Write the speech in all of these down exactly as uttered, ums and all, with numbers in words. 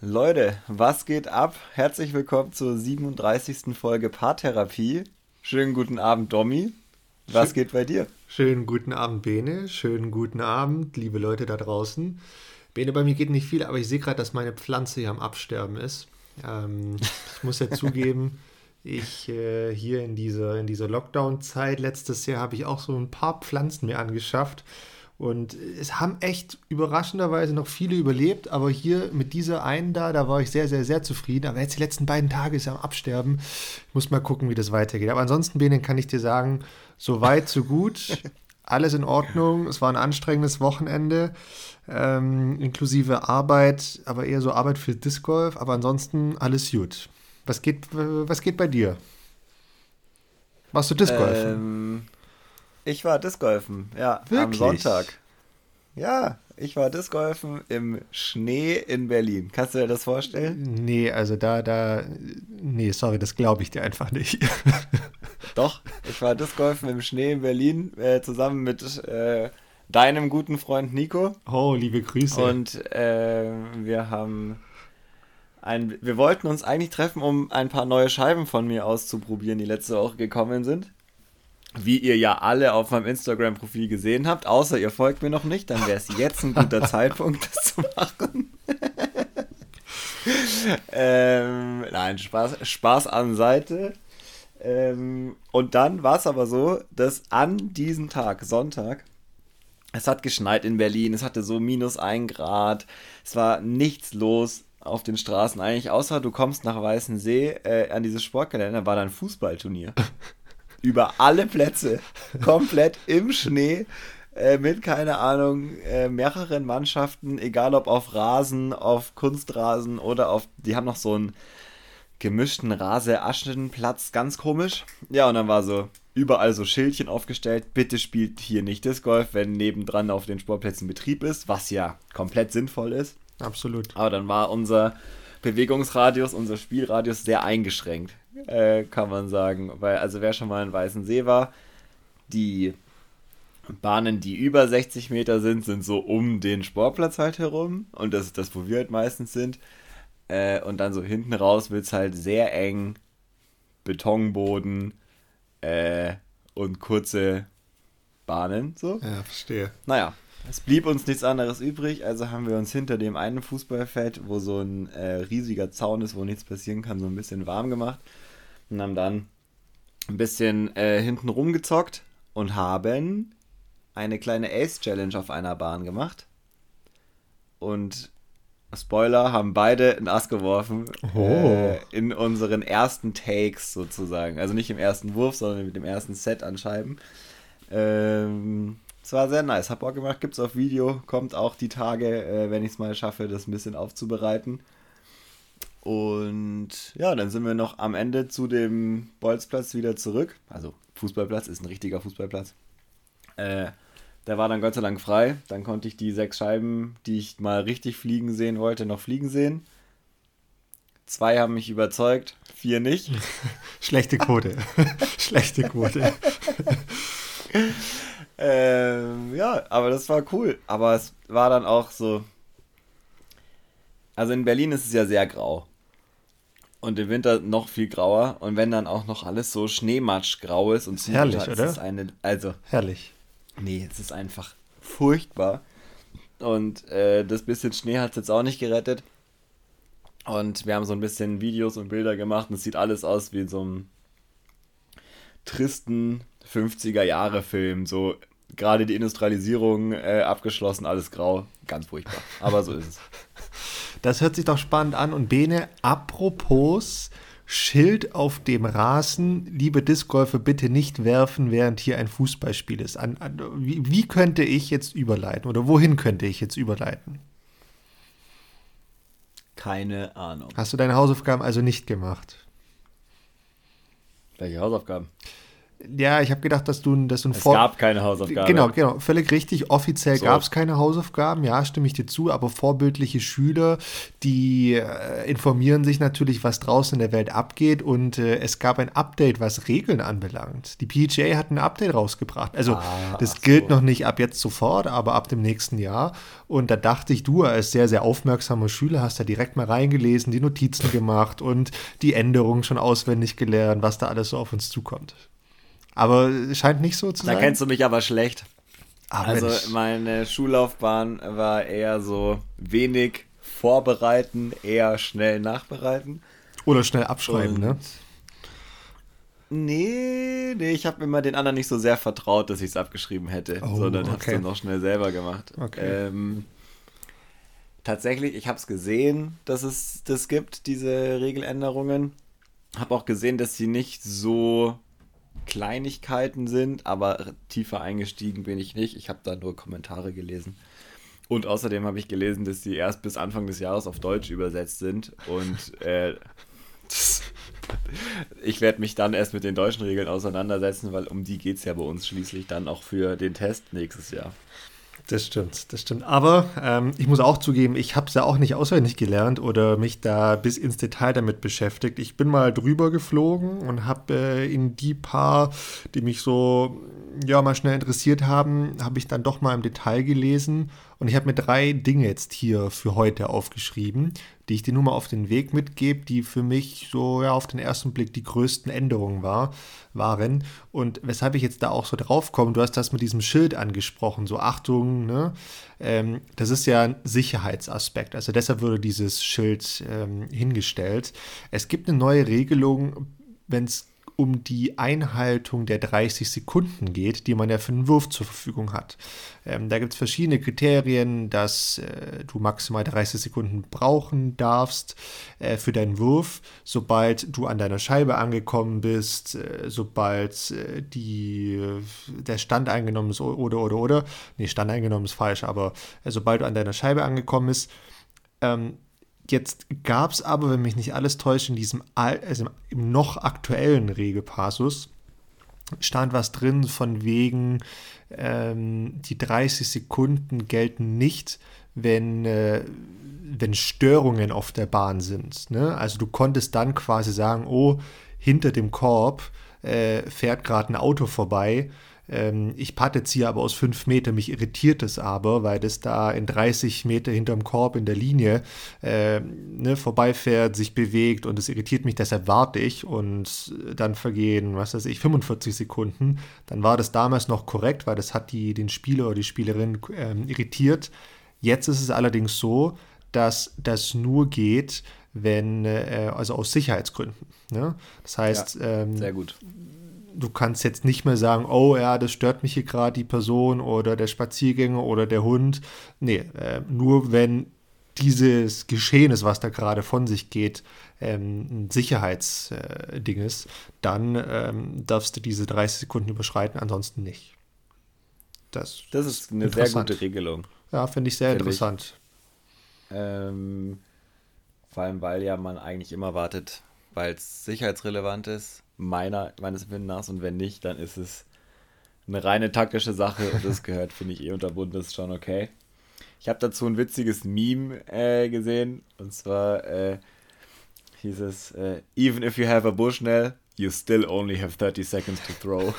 Leute, was geht ab? Herzlich willkommen zur siebenunddreißigsten Folge Paartherapie. Schönen guten Abend, Domi. Was Schö- geht bei dir? Schönen guten Abend, Bene. Schönen guten Abend, liebe Leute da draußen. Bene, bei mir geht nicht viel, aber ich sehe gerade, dass meine Pflanze hier am Absterben ist. Ähm, ich muss ja zugeben, ich äh, hier in dieser, in dieser Lockdown-Zeit letztes Jahr habe ich auch so ein paar Pflanzen mir angeschafft. Und es haben echt überraschenderweise noch viele überlebt, aber hier mit dieser einen da, da war ich sehr, sehr, sehr zufrieden. Aber jetzt die letzten beiden Tage ist er am Absterben. Ich muss mal gucken, wie das weitergeht. Aber ansonsten, Bene, kann ich dir sagen, so weit, so gut. Alles in Ordnung. Es war ein anstrengendes Wochenende, ähm, inklusive Arbeit, aber eher so Arbeit für Disc Golf. Aber ansonsten alles gut. Was geht, was geht bei dir? Warst du Disc Golfen? Ähm, ich war Disc Golfen, ja, am Wirklich? Sonntag. Ja, ich war Disc Golfen im Schnee in Berlin. Kannst du dir das vorstellen? Nee, also da, da, nee, sorry, das glaube ich dir einfach nicht. Doch, ich war Disc Golfen im Schnee in Berlin äh, zusammen mit äh, deinem guten Freund Nico. Oh, liebe Grüße. Und äh, wir haben ein, wir wollten uns eigentlich treffen, um ein paar neue Scheiben von mir auszuprobieren, die letzte Woche gekommen sind. Wie ihr ja alle auf meinem Instagram-Profil gesehen habt, außer ihr folgt mir noch nicht, dann wäre es jetzt ein guter Zeitpunkt, das zu machen. ähm, nein, Spaß, Spaß an Seite. Ähm, und dann war es aber so, dass an diesem Tag, Sonntag, es hat geschneit in Berlin, es hatte so minus ein Grad, es war nichts los auf den Straßen eigentlich, außer du kommst nach Weißensee äh, an dieses Sportgelände, war da ein Fußballturnier. Über alle Plätze, komplett im Schnee, äh, mit, keine Ahnung, äh, mehreren Mannschaften, egal ob auf Rasen, auf Kunstrasen oder auf, die haben noch so einen gemischten Rase-Aschenplatz, ganz komisch. Ja, und dann war so überall so Schildchen aufgestellt, bitte spielt hier nicht Disc Golf, wenn nebendran auf den Sportplätzen Betrieb ist, was ja komplett sinnvoll ist. Absolut. Aber dann war unser Bewegungsradius, unser Spielradius sehr eingeschränkt, äh, kann man sagen. Weil, also wer schon mal in Weißensee war, die Bahnen, die über sechzig Meter sind, sind so um den Sportplatz halt herum. Und das ist das, wo wir halt meistens sind. Äh, und dann so hinten raus wird es halt sehr eng, Betonboden äh, und kurze Bahnen, so. Ja, verstehe. Naja, es blieb uns nichts anderes übrig, also haben wir uns hinter dem einen Fußballfeld, wo so ein äh, riesiger Zaun ist, wo nichts passieren kann, so ein bisschen warm gemacht und haben dann ein bisschen äh, hinten rumgezockt und haben eine kleine Ace-Challenge auf einer Bahn gemacht. Und Spoiler, haben beide einen Ass geworfen Oh, äh, in unseren ersten Takes sozusagen. Also nicht im ersten Wurf, sondern mit dem ersten Set an Scheiben. Ähm, es war sehr nice, hab Bock gemacht, gibt's auf Video, kommt auch die Tage, äh, wenn ich es mal schaffe, das ein bisschen aufzubereiten. Und ja, dann sind wir noch am Ende zu dem Bolzplatz wieder zurück. Also Fußballplatz ist ein richtiger Fußballplatz. Äh, der war dann Gott sei Dank frei. Dann konnte ich die sechs Scheiben, die ich mal richtig fliegen sehen wollte, noch fliegen sehen. Zwei haben mich überzeugt, vier nicht. schlechte Quote. schlechte Quote. Ähm, ja, aber das war cool. Aber es war dann auch so. Also in Berlin ist es ja sehr grau. Und im Winter noch viel grauer. Und wenn dann auch noch alles so schneematschgrau ist und Ist herrlich, Zugeter, ist es oder? eine. Also, Herrlich. nee, es ist einfach furchtbar. Und äh, das bisschen Schnee hat es jetzt auch nicht gerettet. Und wir haben so ein bisschen Videos und Bilder gemacht und es sieht alles aus wie in so einem tristen fünfziger-Jahre-Film. So gerade die Industrialisierung äh, abgeschlossen, alles grau. Ganz furchtbar. Aber so ist es. Das hört sich doch spannend an. Und Bene, apropos Schild auf dem Rasen, liebe Discgolfer, bitte nicht werfen, während hier ein Fußballspiel ist. An, an, wie, wie könnte ich jetzt überleiten oder wohin könnte ich jetzt überleiten? Keine Ahnung. Hast du deine Hausaufgaben also nicht gemacht? Welche Hausaufgaben? Ja, ich habe gedacht, dass du, dass du ein Es Vor... gab keine Hausaufgabe. Genau, genau, völlig richtig. Offiziell So. gab es keine Hausaufgaben, ja, stimme ich dir zu, aber vorbildliche Schüler, die äh, informieren sich natürlich, was draußen in der Welt abgeht und äh, es gab ein Update, was Regeln anbelangt. Die P G A hat ein Update rausgebracht. Also Ah, das ach gilt so. noch nicht ab jetzt sofort, aber ab dem nächsten Jahr. Und da dachte ich, du als sehr, sehr aufmerksamer Schüler hast da direkt mal reingelesen, die Notizen gemacht und die Änderungen schon auswendig gelernt, was da alles so auf uns zukommt. Aber es scheint nicht so zu Da sein. kennst du mich aber schlecht. Ah, Also Mensch. meine Schullaufbahn war eher so wenig vorbereiten, eher schnell nachbereiten. Oder schnell abschreiben, Und ne? nee, nee, ich habe immer den anderen nicht so sehr vertraut, dass ich es abgeschrieben hätte, Oh, sondern habe es okay. dann noch schnell selber gemacht. Okay. Ähm, tatsächlich, ich habe es gesehen, dass es das gibt, diese Regeländerungen. Habe auch gesehen, dass sie nicht so Kleinigkeiten sind, aber tiefer eingestiegen bin ich nicht. Ich habe da nur Kommentare gelesen. Und außerdem habe ich gelesen, dass die erst bis Anfang des Jahres auf Deutsch übersetzt sind. Und äh, das, ich werde mich dann erst mit den deutschen Regeln auseinandersetzen, weil um die geht es ja bei uns schließlich dann auch für den Test nächstes Jahr. Das stimmt, das stimmt. Aber ähm, ich muss auch zugeben, ich habe es ja auch nicht auswendig gelernt oder mich da bis ins Detail damit beschäftigt. Ich bin mal drüber geflogen und habe äh, in die paar, die mich so ja mal schnell interessiert haben, habe ich dann doch mal im Detail gelesen. Und ich habe mir drei Dinge jetzt hier für heute aufgeschrieben, die ich dir nur mal auf den Weg mitgebe, die für mich so ja auf den ersten Blick die größten Änderungen war, waren. Und weshalb ich jetzt da auch so drauf komme, du hast das mit diesem Schild angesprochen, so Achtung, ne? Ähm, das ist ja ein Sicherheitsaspekt. Also deshalb wurde dieses Schild ähm, hingestellt. Es gibt eine neue Regelung, wenn es um die Einhaltung der dreißig Sekunden geht, die man ja für einen Wurf zur Verfügung hat. Ähm, da gibt es verschiedene Kriterien, dass äh, du maximal dreißig Sekunden brauchen darfst äh, für deinen Wurf, sobald du an deiner Scheibe angekommen bist, äh, sobald äh, die, der Stand eingenommen ist oder, oder, oder. Nee, Stand eingenommen ist falsch, aber äh, sobald du an deiner Scheibe angekommen bist. Ähm, Jetzt gab es aber, wenn mich nicht alles täuscht, in diesem Al also im noch aktuellen Regelpassus stand was drin von wegen, ähm, die dreißig Sekunden gelten nicht, wenn, äh, wenn Störungen auf der Bahn sind. Ne? Also du konntest dann quasi sagen, oh, hinter dem Korb äh, fährt gerade ein Auto vorbei. Ähm, ich patte jetzt hier aber aus fünf Meter, mich irritiert es aber, weil das da in dreißig Meter hinterm Korb in der Linie äh, ne, vorbeifährt, sich bewegt und es irritiert mich, deshalb warte ich und dann vergehen, was weiß ich, fünfundvierzig Sekunden. Dann war das damals noch korrekt, weil das hat die, den Spieler oder die Spielerin ähm, irritiert. Jetzt ist es allerdings so, dass das nur geht, wenn, äh, also aus Sicherheitsgründen. Ne? Das heißt, Ja, ähm, sehr gut. du kannst jetzt nicht mehr sagen, oh ja, das stört mich hier gerade die Person oder der Spaziergänger oder der Hund. Nee, äh, nur wenn dieses Geschehen ist, was da gerade von sich geht, ähm, ein Sicherheitsding äh, ist, dann ähm, darfst du diese dreißig Sekunden überschreiten, ansonsten nicht. Das, Das ist eine sehr gute Regelung. Ja, finde ich sehr Find interessant. Ich. Ähm, vor allem, weil ja man eigentlich immer wartet, weil es sicherheitsrelevant ist, meiner, meines Empfindens nach, und wenn nicht, dann ist es eine reine taktische Sache und das gehört, finde ich, eh unter Bundes schon okay. Ich habe dazu ein witziges Meme äh, gesehen, und zwar äh, hieß es, äh, even if you have a Bushnell, you still only have thirty seconds to throw.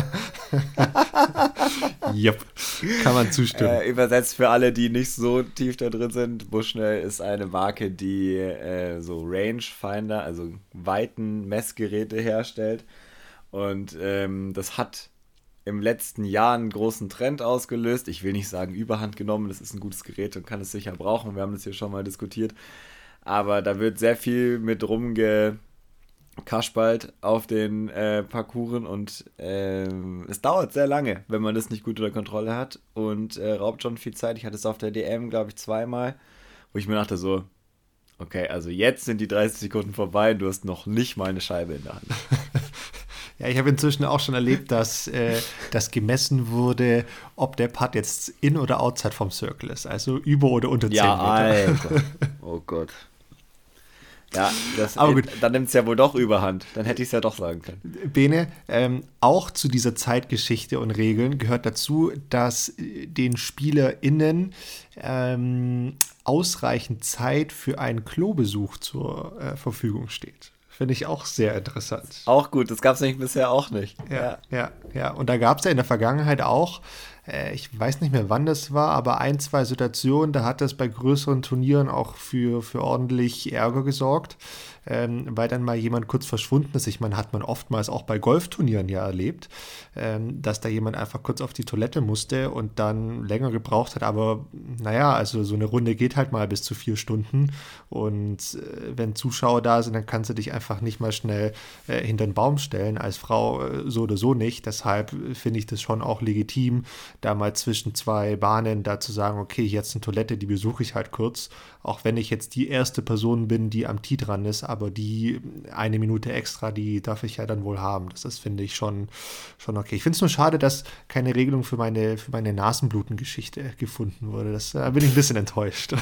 Yep, kann man zustimmen. Äh, übersetzt für alle, die nicht so tief da drin sind, Bushnell ist eine Marke, die äh, so Rangefinder, also Weiten Messgeräte herstellt. Und ähm, das hat im letzten Jahr einen großen Trend ausgelöst. Ich will nicht sagen Überhand genommen, das ist ein gutes Gerät und kann es sicher brauchen. Wir haben das hier schon mal diskutiert. Aber da wird sehr viel mit rumge... Kaschbald auf den äh, Parcouren und äh, es dauert sehr lange, wenn man das nicht gut unter Kontrolle hat und äh, raubt schon viel Zeit. Ich hatte es auf der D M, glaube ich, zweimal, wo ich mir dachte so, okay, also jetzt sind die dreißig Sekunden vorbei, du hast noch nicht mal eine Scheibe in der Hand. Ja, ich habe inzwischen auch schon erlebt, dass äh, das gemessen wurde, ob der Putt jetzt in oder outside vom Circle ist, also über oder unter zehn Ja, Meter. Alter. Oh Gott. Ja, das, Aber gut. Dann nimmt es ja wohl doch überhand. Dann hätte ich es ja doch sagen können. Bene, ähm, auch zu dieser Zeitgeschichte und Regeln gehört dazu, dass den SpielerInnen ähm, ausreichend Zeit für einen Klobesuch zur äh, Verfügung steht. Finde ich auch sehr interessant. Auch gut, das gab es nämlich bisher auch nicht. Ja, ja, ja. ja. Und da gab es ja in der Vergangenheit auch, äh, ich weiß nicht mehr, wann das war, aber ein, zwei Situationen, da hat das bei größeren Turnieren auch für, für ordentlich Ärger gesorgt, ähm, weil dann mal jemand kurz verschwunden ist. Ich meine, hat man oftmals auch bei Golfturnieren ja erlebt, ähm, dass da jemand einfach kurz auf die Toilette musste und dann länger gebraucht hat. Aber naja, also so eine Runde geht halt mal bis zu vier Stunden. Und äh, wenn Zuschauer da sind, dann kannst du dich einfach nicht mal schnell äh, hinter den Baum stellen. Als Frau äh, so oder so nicht. Deshalb finde ich das schon auch legitim, da mal zwischen zwei Bahnen da zu sagen, okay, jetzt eine Toilette, die besuche ich halt kurz. Auch wenn ich jetzt die erste Person bin, die am Tee dran ist, aber die eine Minute extra, die darf ich ja dann wohl haben. Das ist, finde ich, schon, schon okay. Ich finde es nur schade, dass keine Regelung für meine, für meine Nasenblutengeschichte gefunden wurde. Das, da bin ich ein bisschen enttäuscht.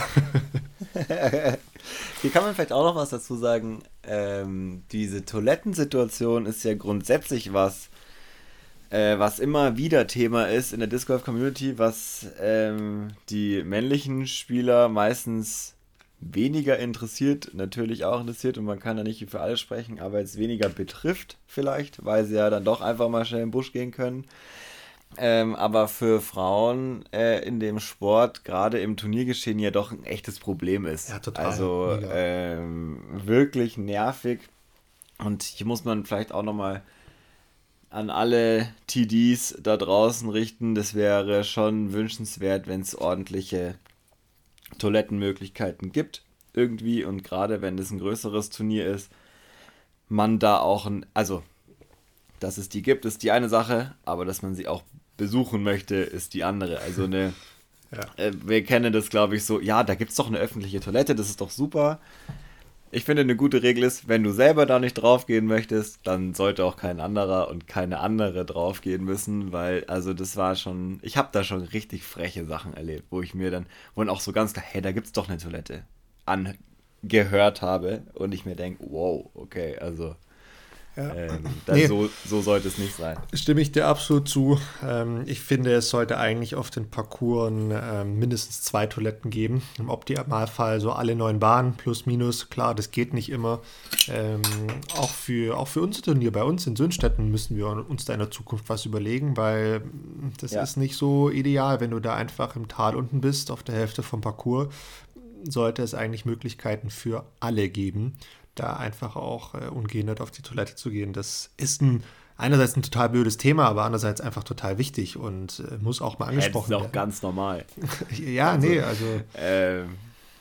Hier kann man vielleicht auch noch was dazu sagen. Ähm, diese Toilettensituation ist ja grundsätzlich was, äh, was immer wieder Thema ist in der Disc Golf Community, was ähm, die männlichen Spieler meistens weniger interessiert, natürlich auch interessiert, und man kann da nicht für alle sprechen, aber jetzt weniger betrifft vielleicht, weil sie ja dann doch einfach mal schnell in den Busch gehen können. Ähm, aber für Frauen äh, in dem Sport, gerade im Turniergeschehen, ja doch ein echtes Problem ist. Ja, total. Also ähm, wirklich nervig. Und hier muss man vielleicht auch nochmal an alle T Ds da draußen richten. Das wäre schon wünschenswert, wenn es ordentliche Toilettenmöglichkeiten gibt irgendwie, und gerade wenn es ein größeres Turnier ist, man da auch ein, also dass es die gibt, ist die eine Sache, aber dass man sie auch besuchen möchte, ist die andere. Also eine, ja. äh, wir kennen das, glaube ich, so, ja, da gibt es doch eine öffentliche Toilette, das ist doch super. Ich finde, eine gute Regel ist, wenn du selber da nicht draufgehen möchtest, dann sollte auch kein anderer und keine andere draufgehen müssen, weil, also das war schon, ich habe da schon richtig freche Sachen erlebt, wo ich mir dann, wo dann auch so ganz klar, hey, da gibt's doch eine Toilette, angehört habe und ich mir denke, wow, okay, also Ja. ähm, das, nee. so, so sollte es nicht sein. Stimme ich dir absolut zu. Ähm, ich finde, es sollte eigentlich auf den Parcours ähm, mindestens zwei Toiletten geben. Im Optimalfall so alle neun Bahnen plus minus. Klar, das geht nicht immer. Ähm, auch, für, auch für unser Turnier bei uns in Sönstetten müssen wir uns da in der Zukunft was überlegen, weil das ja. ist nicht so ideal, wenn du da einfach im Tal unten bist, auf der Hälfte vom Parcours. Sollte es eigentlich Möglichkeiten für alle geben, da einfach auch äh, ungehindert auf die Toilette zu gehen. Das ist ein, einerseits ein total blödes Thema, aber andererseits einfach total wichtig und äh, muss auch mal angesprochen werden. Das ist auch ganz normal. ja, also, nee, also... Ähm,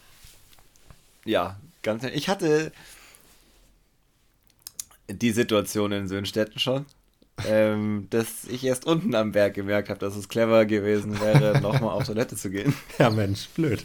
ja, ganz... Ich hatte die Situation in Sönstetten schon, ähm, dass ich erst unten am Berg gemerkt habe, dass es clever gewesen wäre, nochmal auf Toilette zu gehen. Ja, Mensch, blöd.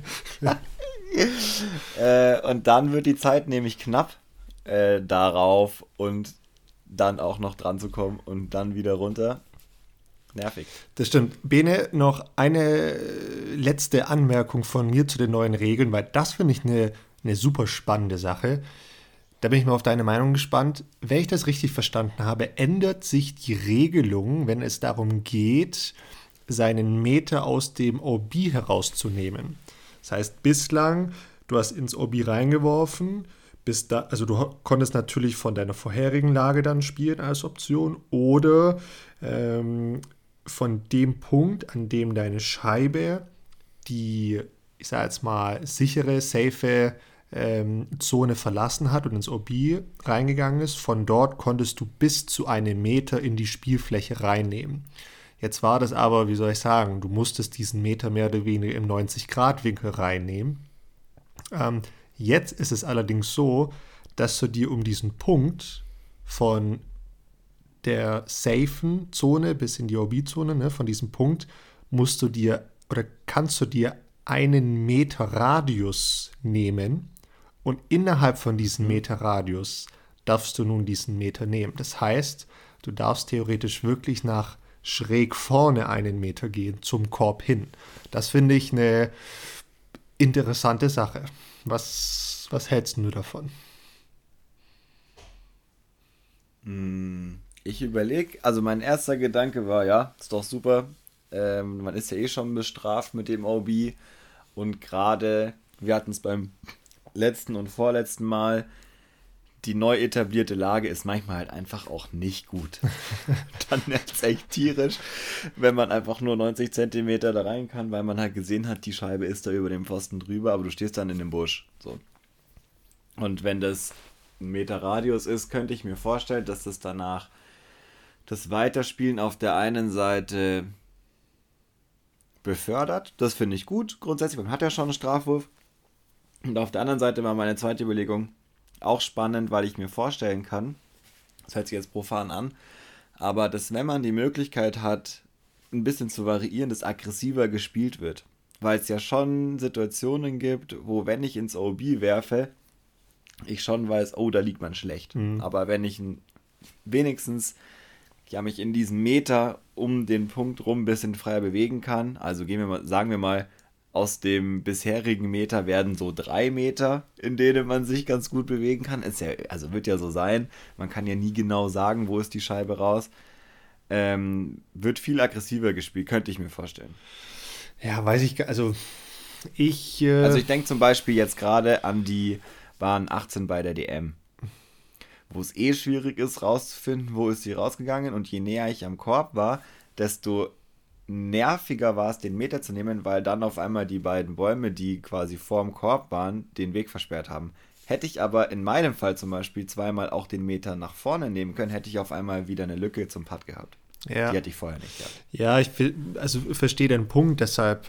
äh, und dann wird die Zeit nämlich knapp äh, darauf und dann auch noch dran zu kommen und dann wieder runter. Nervig. Das stimmt. Bene, noch eine letzte Anmerkung von mir zu den neuen Regeln, weil das finde ich eine, eine super spannende Sache. Da bin ich mal auf deine Meinung gespannt. Wenn ich das richtig verstanden habe, ändert sich die Regelung, wenn es darum geht, seinen Meter aus dem O B herauszunehmen. Das heißt, bislang, du hast ins O B reingeworfen, bist da, also du konntest natürlich von deiner vorherigen Lage dann spielen als Option oder ähm, von dem Punkt, an dem deine Scheibe die, ich sage jetzt mal, sichere, safe ähm, Zone verlassen hat und ins O B reingegangen ist, von dort konntest du bis zu einem Meter in die Spielfläche reinnehmen. Jetzt war das aber, wie soll ich sagen, du musstest diesen Meter mehr oder weniger im neunzig-Grad-Winkel reinnehmen. Ähm, jetzt ist es allerdings so, dass du dir um diesen Punkt von der safen Zone bis in die O B-Zone, ne, von diesem Punkt, musst du dir oder kannst du dir einen Meter Radius nehmen und innerhalb von diesem Meter Radius darfst du nun diesen Meter nehmen. Das heißt, du darfst theoretisch wirklich nach schräg vorne einen Meter gehen, zum Korb hin. Das finde ich eine interessante Sache. Was, Was hältst du davon? Ich überlege, also mein erster Gedanke war, ja, ist doch super. Ähm, man ist ja eh schon bestraft mit dem O B. Und gerade, wir hatten es beim letzten und vorletzten Mal, die neu etablierte Lage ist manchmal halt einfach auch nicht gut. Dann ist es echt tierisch, wenn man einfach nur neunzig Zentimeter da rein kann, weil man halt gesehen hat, die Scheibe ist da über dem Pfosten drüber, aber du stehst dann in dem Busch. So. Und wenn das ein Meter Radius ist, könnte ich mir vorstellen, dass das danach das Weiterspielen auf der einen Seite befördert. Das finde ich gut. Grundsätzlich, man hat ja schon einen Strafwurf. Und auf der anderen Seite war meine zweite Überlegung auch spannend, weil ich mir vorstellen kann, das hört sich jetzt profan an, aber dass, wenn man die Möglichkeit hat, ein bisschen zu variieren, dass aggressiver gespielt wird. Weil es ja schon Situationen gibt, wo, wenn ich ins O B werfe, ich schon weiß, oh, da liegt man schlecht. Mhm. Aber wenn ich wenigstens ja, mich in diesen Meter um den Punkt rum ein bisschen freier bewegen kann, also gehen wir mal, sagen wir mal, aus dem bisherigen Meter werden so drei Meter, in denen man sich ganz gut bewegen kann. Ist ja, also wird ja so sein. Man kann ja nie genau sagen, wo ist die Scheibe raus. Ähm, wird viel aggressiver gespielt, könnte ich mir vorstellen. Ja, weiß ich, also ich... Äh also ich denke zum Beispiel jetzt gerade an die Bahn achtzehn bei der D M, wo es eh schwierig ist rauszufinden, wo ist sie rausgegangen. Und je näher ich am Korb war, desto nerviger war es, den Meter zu nehmen, weil dann auf einmal die beiden Bäume, die quasi vorm Korb waren, den Weg versperrt haben. Hätte ich aber in meinem Fall zum Beispiel zweimal auch den Meter nach vorne nehmen können, hätte ich auf einmal wieder eine Lücke zum Putt gehabt. Ja. Die hatte ich vorher nicht gehabt. Ja, ich will, also verstehe den Punkt, deshalb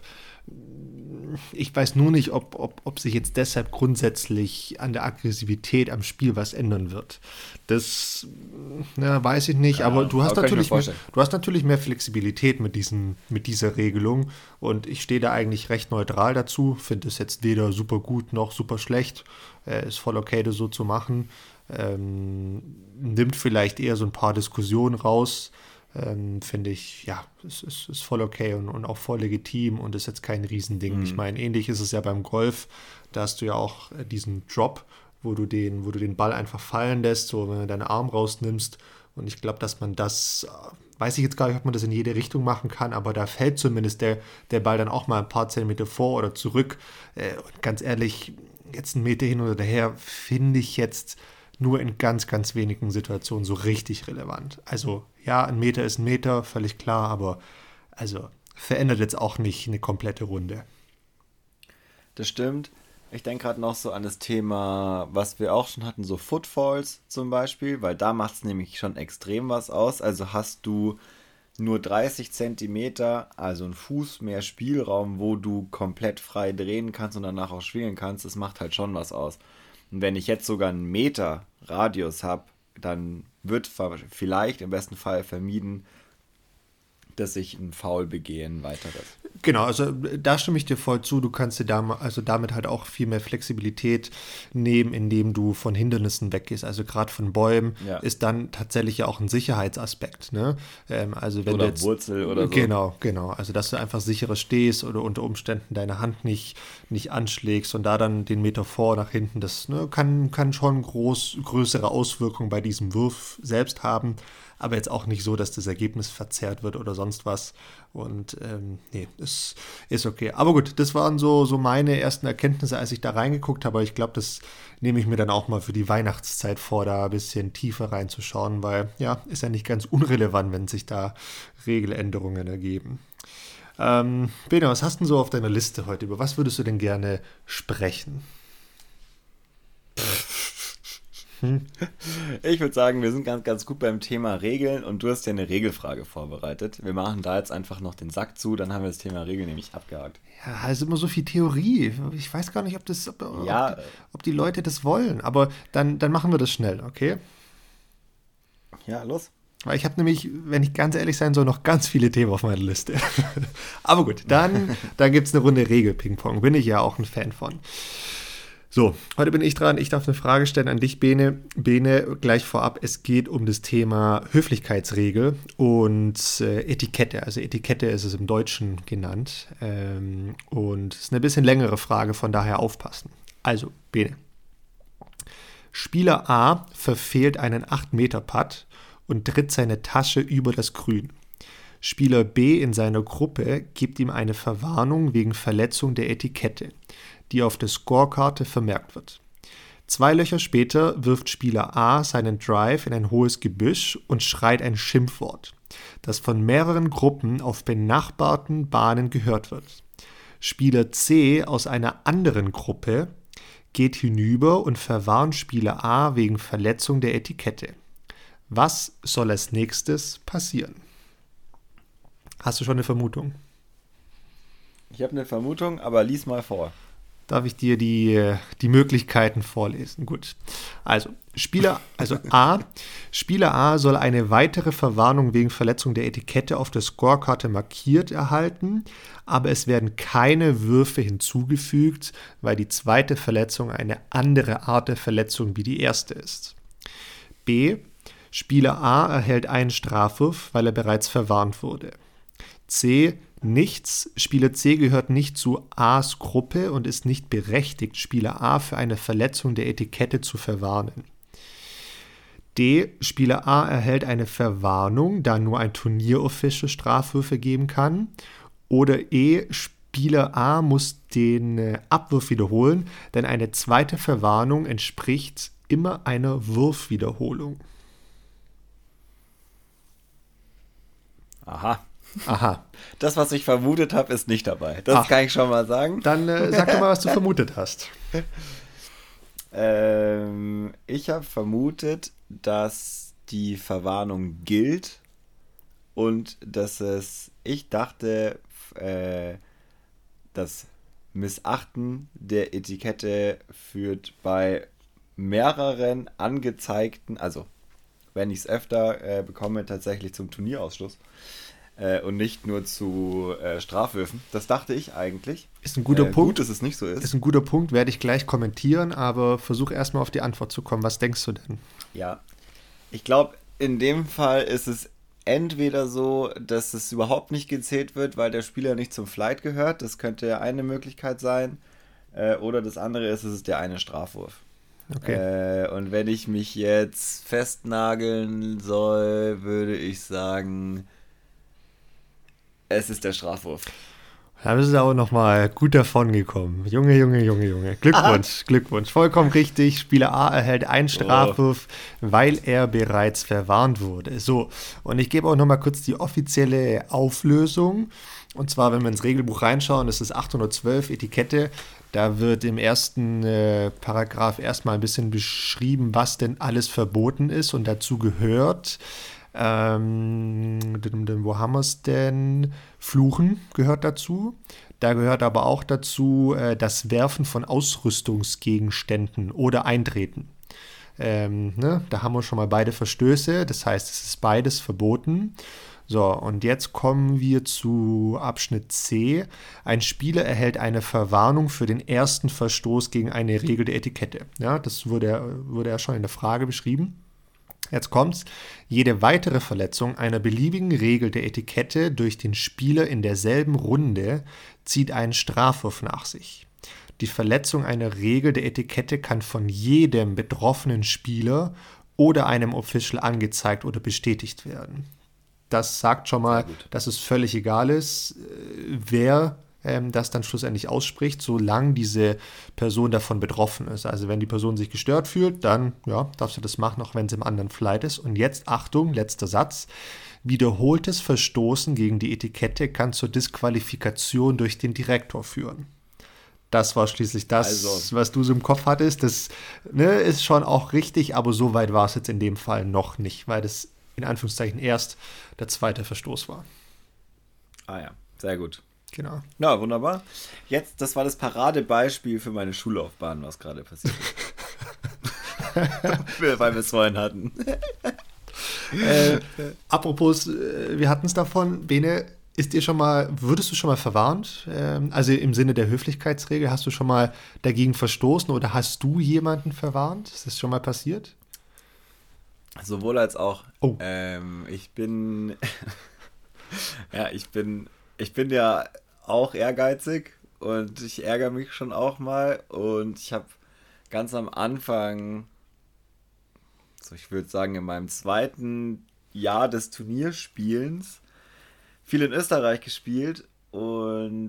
ich weiß nur nicht, ob, ob, ob sich jetzt deshalb grundsätzlich an der Aggressivität am Spiel was ändern wird. Das na, weiß ich nicht, ja, aber du hast, natürlich mehr, du hast natürlich mehr Flexibilität mit, diesen, mit dieser Regelung und ich stehe da eigentlich recht neutral dazu, finde es jetzt weder super gut noch super schlecht, äh, ist voll okay, das so zu machen, ähm, nimmt vielleicht eher so ein paar Diskussionen raus, Ähm, finde ich, ja, es ist, ist voll okay und, und auch voll legitim und ist jetzt kein Riesending. Mhm. Ich meine, ähnlich ist es ja beim Golf, da hast du ja auch diesen Drop, wo du den, wo du den Ball einfach fallen lässt, so wenn du deinen Arm rausnimmst und ich glaube, dass man das, weiß ich jetzt gar nicht, ob man das in jede Richtung machen kann, aber da fällt zumindest der, der Ball dann auch mal ein paar Zentimeter vor oder zurück äh, und ganz ehrlich, jetzt einen Meter hin oder her finde ich jetzt nur in ganz, ganz wenigen Situationen so richtig relevant. Also ja, ein Meter ist ein Meter, völlig klar, aber also verändert jetzt auch nicht eine komplette Runde. Das stimmt. Ich denke gerade noch so an das Thema, was wir auch schon hatten, so Footfalls zum Beispiel, weil da macht es nämlich schon extrem was aus. Also hast du nur dreißig Zentimeter, also einen Fuß mehr Spielraum, wo du komplett frei drehen kannst und danach auch schwingen kannst, das macht halt schon was aus. Und wenn ich jetzt sogar einen Meter Radius habe, dann wird vielleicht im besten Fall vermieden, dass ich einen Foul begehe, ein weiteres. Genau, also da stimme ich dir voll zu. Du kannst dir da, also damit halt auch viel mehr Flexibilität nehmen, indem du von Hindernissen weggehst. Also gerade von Bäumen ja. ist dann tatsächlich ja auch ein Sicherheitsaspekt. Ne? Ähm, also wenn oder du jetzt, Wurzel oder so. Genau, genau. Also dass du einfach sicherer stehst oder unter Umständen deine Hand nicht, nicht anschlägst und da dann den Meter vor nach hinten, das ne, kann, kann schon groß, größere Auswirkungen bei diesem Wurf selbst haben. Aber jetzt auch nicht so, dass das Ergebnis verzerrt wird oder sonst was. Und ähm, nee, ist, ist okay. Aber gut, das waren so, so meine ersten Erkenntnisse, als ich da reingeguckt habe. Aber ich glaube, das nehme ich mir dann auch mal für die Weihnachtszeit vor, da ein bisschen tiefer reinzuschauen, weil ja, ist ja nicht ganz unrelevant, wenn sich da Regeländerungen ergeben. Ähm, Bene, was hast du denn so auf deiner Liste heute? Über was würdest du denn gerne sprechen? Ich würde sagen, wir sind ganz, ganz gut beim Thema Regeln und du hast ja eine Regelfrage vorbereitet. Wir machen da jetzt einfach noch den Sack zu, dann haben wir das Thema Regeln nämlich abgehakt. Ja, es ist immer so viel Theorie. Ich weiß gar nicht, ob, das, ob, ja. ob, die, ob die Leute das wollen, aber dann, dann machen wir das schnell, okay? Ja, los. Weil ich habe nämlich, wenn ich ganz ehrlich sein soll, noch ganz viele Themen auf meiner Liste. Aber gut, dann, dann gibt es eine Runde Regel-Ping-Pong. Bin ich ja auch ein Fan von. So, heute bin ich dran. Ich darf eine Frage stellen an dich, Bene. Bene, gleich vorab, es geht um das Thema Höflichkeitsregel und äh, Etikette. Also Etikette ist es im Deutschen genannt. Ähm, und es ist eine bisschen längere Frage, von daher aufpassen. Also, Bene, Spieler A verfehlt einen acht Meter Putt und tritt seine Tasche über das Grün. Spieler B in seiner Gruppe gibt ihm eine Verwarnung wegen Verletzung der Etikette, die auf der Scorekarte vermerkt wird. Zwei Löcher später wirft Spieler A seinen Drive in ein hohes Gebüsch und schreit ein Schimpfwort, das von mehreren Gruppen auf benachbarten Bahnen gehört wird. Spieler C aus einer anderen Gruppe geht hinüber und verwarnt Spieler A wegen Verletzung der Etikette. Was soll als nächstes passieren? Hast du schon eine Vermutung? Ich habe eine Vermutung, aber lies mal vor. Darf ich dir die, die Möglichkeiten vorlesen? Gut. Also, Spieler, also A. Spieler A soll eine weitere Verwarnung wegen Verletzung der Etikette auf der Scorekarte markiert erhalten, aber es werden keine Würfe hinzugefügt, weil die zweite Verletzung eine andere Art der Verletzung wie die erste ist. B. Spieler A erhält einen Strafwurf, weil er bereits verwarnt wurde. C. Nichts. Spieler C gehört nicht zu A's Gruppe und ist nicht berechtigt, Spieler A für eine Verletzung der Etikette zu verwarnen. D. Spieler A erhält eine Verwarnung, da nur ein Turnierofficial Strafwürfe geben kann. Oder E. Spieler A muss den äh, Abwurf wiederholen, denn eine zweite Verwarnung entspricht immer einer Wurfwiederholung. Aha. Aha. Das, was ich vermutet habe, ist nicht dabei. Das Ach, kann ich schon mal sagen. Dann äh, sag doch mal, was du vermutet hast. ähm, ich habe vermutet, dass die Verwarnung gilt und dass es, ich dachte, äh, das Missachten der Etikette führt bei mehreren angezeigten, also wenn ich es öfter äh, bekomme, tatsächlich zum Turnierausschluss. Äh, und nicht nur zu äh, Strafwürfen. Das dachte ich eigentlich. Ist ein guter äh, Punkt. Gut, dass es nicht so ist. Ist ein guter Punkt, werde ich gleich kommentieren, aber versuch erstmal auf die Antwort zu kommen. Was denkst du denn? Ja, ich glaube, in dem Fall ist es entweder so, dass es überhaupt nicht gezählt wird, weil der Spieler nicht zum Flight gehört. Das könnte eine Möglichkeit sein. Äh, oder das andere ist, es ist der eine Strafwurf. Okay. Äh, und wenn ich mich jetzt festnageln soll, würde ich sagen, es ist der Strafwurf. Da bist du aber nochmal gut davon gekommen. Junge, Junge, Junge, Junge. Glückwunsch, Aha. Glückwunsch. Vollkommen richtig. Spieler A erhält einen Strafwurf, oh. weil er bereits verwarnt wurde. So, und ich gebe auch nochmal kurz die offizielle Auflösung. Und zwar, wenn wir ins Regelbuch reinschauen, das ist achthundertzwölf Etikette. Da wird im ersten äh, Paragraph erstmal ein bisschen beschrieben, was denn alles verboten ist und dazu gehört. Ähm, wo haben wir es denn? Fluchen gehört dazu. Da gehört aber auch dazu äh, das Werfen von Ausrüstungsgegenständen oder Eintreten. Ähm, ne? Da haben wir schon mal beide Verstöße, das heißt, es ist beides verboten. So, und jetzt kommen wir zu Abschnitt C. Ein Spieler erhält eine Verwarnung für den ersten Verstoß gegen eine Regel der Etikette. Ja, das wurde, wurde ja schon in der Frage beschrieben. Jetzt kommt's. Jede weitere Verletzung einer beliebigen Regel der Etikette durch den Spieler in derselben Runde zieht einen Strafwurf nach sich. Die Verletzung einer Regel der Etikette kann von jedem betroffenen Spieler oder einem Official angezeigt oder bestätigt werden. Das sagt schon mal, dass es völlig egal ist, wer ähm, das dann schlussendlich ausspricht, solange diese Person davon betroffen ist. Also wenn die Person sich gestört fühlt, dann ja, darfst du das machen, auch wenn es im anderen Flight ist. Und jetzt, Achtung, letzter Satz. Wiederholtes Verstoßen gegen die Etikette kann zur Disqualifikation durch den Direktor führen. Das war schließlich das, also, was du so im Kopf hattest. Das ne, ist schon auch richtig, aber so weit war es jetzt in dem Fall noch nicht, weil das in Anführungszeichen erst der zweite Verstoß war. Ah ja, sehr gut. Genau. Na, wunderbar. Jetzt, das war das Paradebeispiel für meine Schullaufbahn, was gerade passiert ist. Weil wir es vorhin hatten. äh, apropos, äh, wir hatten es davon, Bene, ist dir schon mal, würdest du schon mal verwarnt? Ähm, also im Sinne der Höflichkeitsregel, hast du schon mal dagegen verstoßen oder hast du jemanden verwarnt? Ist das schon mal passiert? Sowohl als auch. Oh. Ähm, ich bin ja, ich bin ich bin ja auch ehrgeizig und ich ärgere mich schon auch mal und ich habe ganz am Anfang so ich würde sagen, in meinem zweiten Jahr des Turnierspielens viel in Österreich gespielt und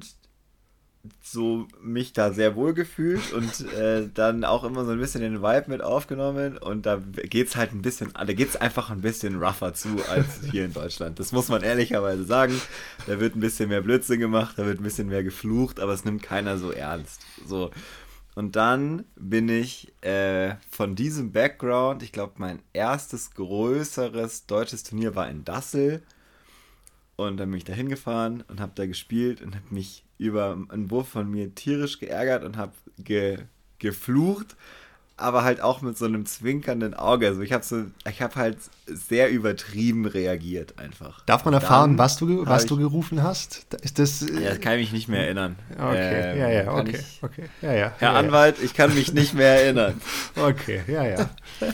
so mich da sehr wohl gefühlt und äh, dann auch immer so ein bisschen den Vibe mit aufgenommen und da geht's halt ein bisschen, da geht's einfach ein bisschen rougher zu als hier in Deutschland. Das muss man ehrlicherweise sagen. Da wird ein bisschen mehr Blödsinn gemacht, da wird ein bisschen mehr geflucht, aber es nimmt keiner so ernst. So. Und dann bin ich äh, von diesem Background, ich glaube mein erstes größeres deutsches Turnier war in Dassel und dann bin ich da hingefahren und habe da gespielt und habe mich über einen Wurf von mir tierisch geärgert und habe ge, geflucht, aber halt auch mit so einem zwinkernden Auge. Also ich habe so, ich habe halt sehr übertrieben reagiert einfach. Darf man erfahren, was du, was du gerufen hast? Ist das? Ja, das kann ich mich nicht mehr erinnern. Okay, ähm, ja, ja, okay, ich, okay, ja, ja. Herr ja, Anwalt, ja. ich kann mich nicht mehr erinnern. Okay, ja, ja.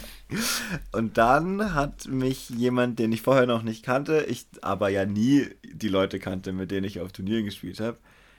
Und dann hat mich jemand, den ich vorher noch nicht kannte, ich aber ja nie die Leute kannte, mit denen ich auf Turnieren gespielt habe,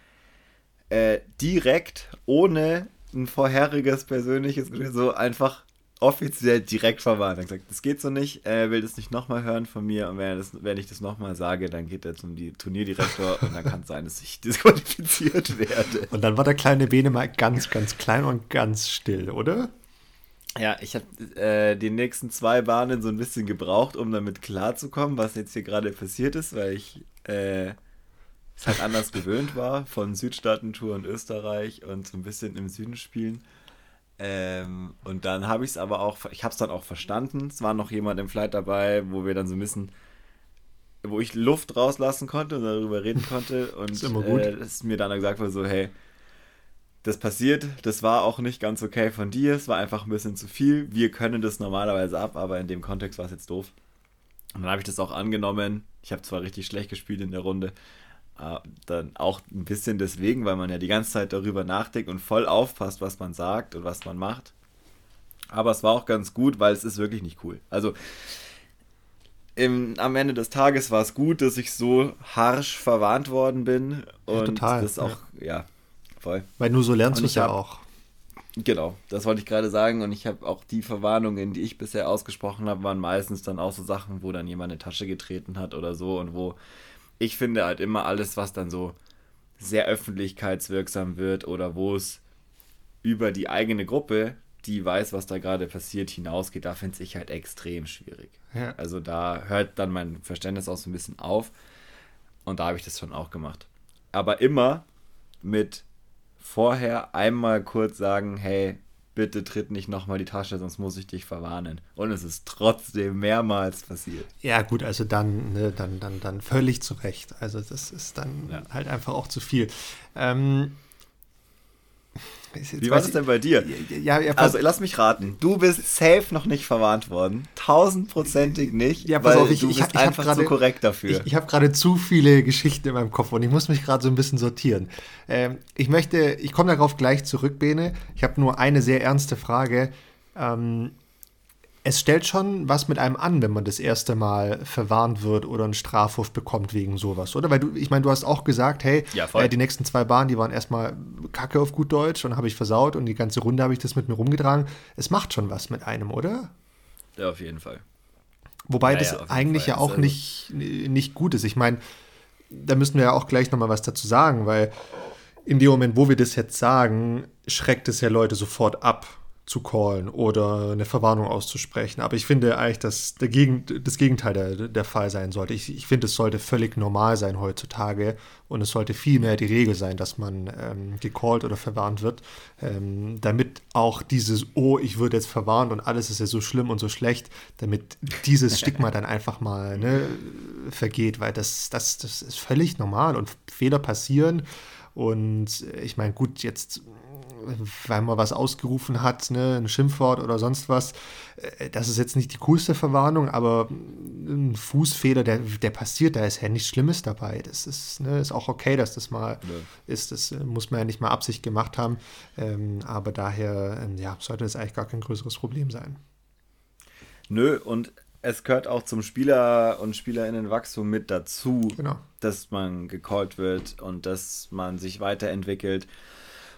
äh, direkt, ohne ein vorheriges persönliches Gespräch, so einfach offiziell direkt verwarnt. Er hat gesagt, das geht so nicht, er will das nicht nochmal hören von mir und wenn, er das, wenn ich das nochmal sage, dann geht er zum Turnierdirektor und dann kann es sein, dass ich disqualifiziert werde. Und dann war der kleine Bene mal ganz, ganz klein und ganz still, oder? Ja, ich habe äh, die nächsten zwei Bahnen so ein bisschen gebraucht, um damit klarzukommen, was jetzt hier gerade passiert ist, weil ich äh, es halt anders gewöhnt war von Südstaaten-Tour und Österreich und so ein bisschen im Süden spielen. Ähm, und dann habe ich es aber auch, ich habe es dann auch verstanden. Es war noch jemand im Flight dabei, wo wir dann so ein bisschen, wo ich Luft rauslassen konnte und darüber reden konnte. Und ist immer gut. Äh, es mir dann gesagt wurde so, hey, das passiert, das war auch nicht ganz okay von dir, es war einfach ein bisschen zu viel. Wir können das normalerweise ab, aber in dem Kontext war es jetzt doof. Und dann habe ich das auch angenommen. Ich habe zwar richtig schlecht gespielt in der Runde, äh, dann auch ein bisschen deswegen, weil man ja die ganze Zeit darüber nachdenkt und voll aufpasst, was man sagt und was man macht. Aber es war auch ganz gut, weil es ist wirklich nicht cool. Also im, am Ende des Tages war es gut, dass ich so harsch verwarnt worden bin. Und ja, total, das auch, ja. ja, voll. Weil nur so lernst du es ja auch. Genau, das wollte ich gerade sagen. Und ich habe auch die Verwarnungen, die ich bisher ausgesprochen habe, waren meistens dann auch so Sachen, wo dann jemand eine Tasche getreten hat oder so. Und wo ich finde halt immer alles, was dann so sehr öffentlichkeitswirksam wird oder wo es über die eigene Gruppe, die weiß, was da gerade passiert, hinausgeht, da finde ich halt extrem schwierig. Ja. Also da hört dann mein Verständnis auch so ein bisschen auf. Und da habe ich das schon auch gemacht. Aber immer mit vorher einmal kurz sagen, hey, bitte tritt nicht nochmal die Tasche, sonst muss ich dich verwarnen. Und es ist trotzdem mehrmals passiert. Ja gut, also dann, ne, dann, dann, dann völlig zu Recht. Also das ist dann ja. halt einfach auch zu viel. Ähm, Wie war das denn bei dir? Ja, ja, also lass mich raten, du bist safe noch nicht verwarnt worden. Tausendprozentig nicht, ja, pass weil auf, ich, du ich, bist ich einfach grade, zu korrekt dafür. Ich, ich habe gerade zu viele Geschichten in meinem Kopf und ich muss mich gerade so ein bisschen sortieren. Ähm, ich möchte, ich komme darauf gleich zurück, Bene. Ich habe nur eine sehr ernste Frage. Ähm, es stellt schon was mit einem an, wenn man das erste Mal verwarnt wird oder einen Strafwurf bekommt wegen sowas, oder? Weil du, ich meine, du hast auch gesagt, hey, ja, äh, die nächsten zwei Bahnen, die waren erstmal Kacke auf gut Deutsch und habe ich versaut und die ganze Runde habe ich das mit mir rumgetragen. Es macht schon was mit einem, oder? Ja, auf jeden Fall. Wobei naja, das eigentlich Fall. ja auch also nicht, nicht gut ist. Ich meine, da müssen wir ja auch gleich nochmal was dazu sagen, weil in dem Moment, wo wir das jetzt sagen, schreckt es ja Leute sofort ab, zu callen oder eine Verwarnung auszusprechen. Aber ich finde eigentlich, dass der Gegen, das Gegenteil der, der Fall sein sollte. Ich, ich finde, es sollte völlig normal sein heutzutage und es sollte viel mehr die Regel sein, dass man ähm, gecallt oder verwarnt wird, ähm, damit auch dieses, oh, ich würde jetzt verwarnt und alles ist ja so schlimm und so schlecht, damit dieses Stigma dann einfach mal ne, vergeht, weil das, das, das ist völlig normal und Fehler passieren und ich meine, gut, jetzt weil man was ausgerufen hat, ne, ein Schimpfwort oder sonst was. Das ist jetzt nicht die coolste Verwarnung, aber ein Fußfehler, der, der passiert, da ist ja nichts Schlimmes dabei. Das ist, ne, ist auch okay, dass das mal ja. ist. Das muss man ja nicht mal Absicht gemacht haben. Ähm, aber daher ja, sollte es eigentlich gar kein größeres Problem sein. Nö, und es gehört auch zum Spieler- und Spielerinnenwachstum mit dazu, genau. dass man gecallt wird und dass man sich weiterentwickelt.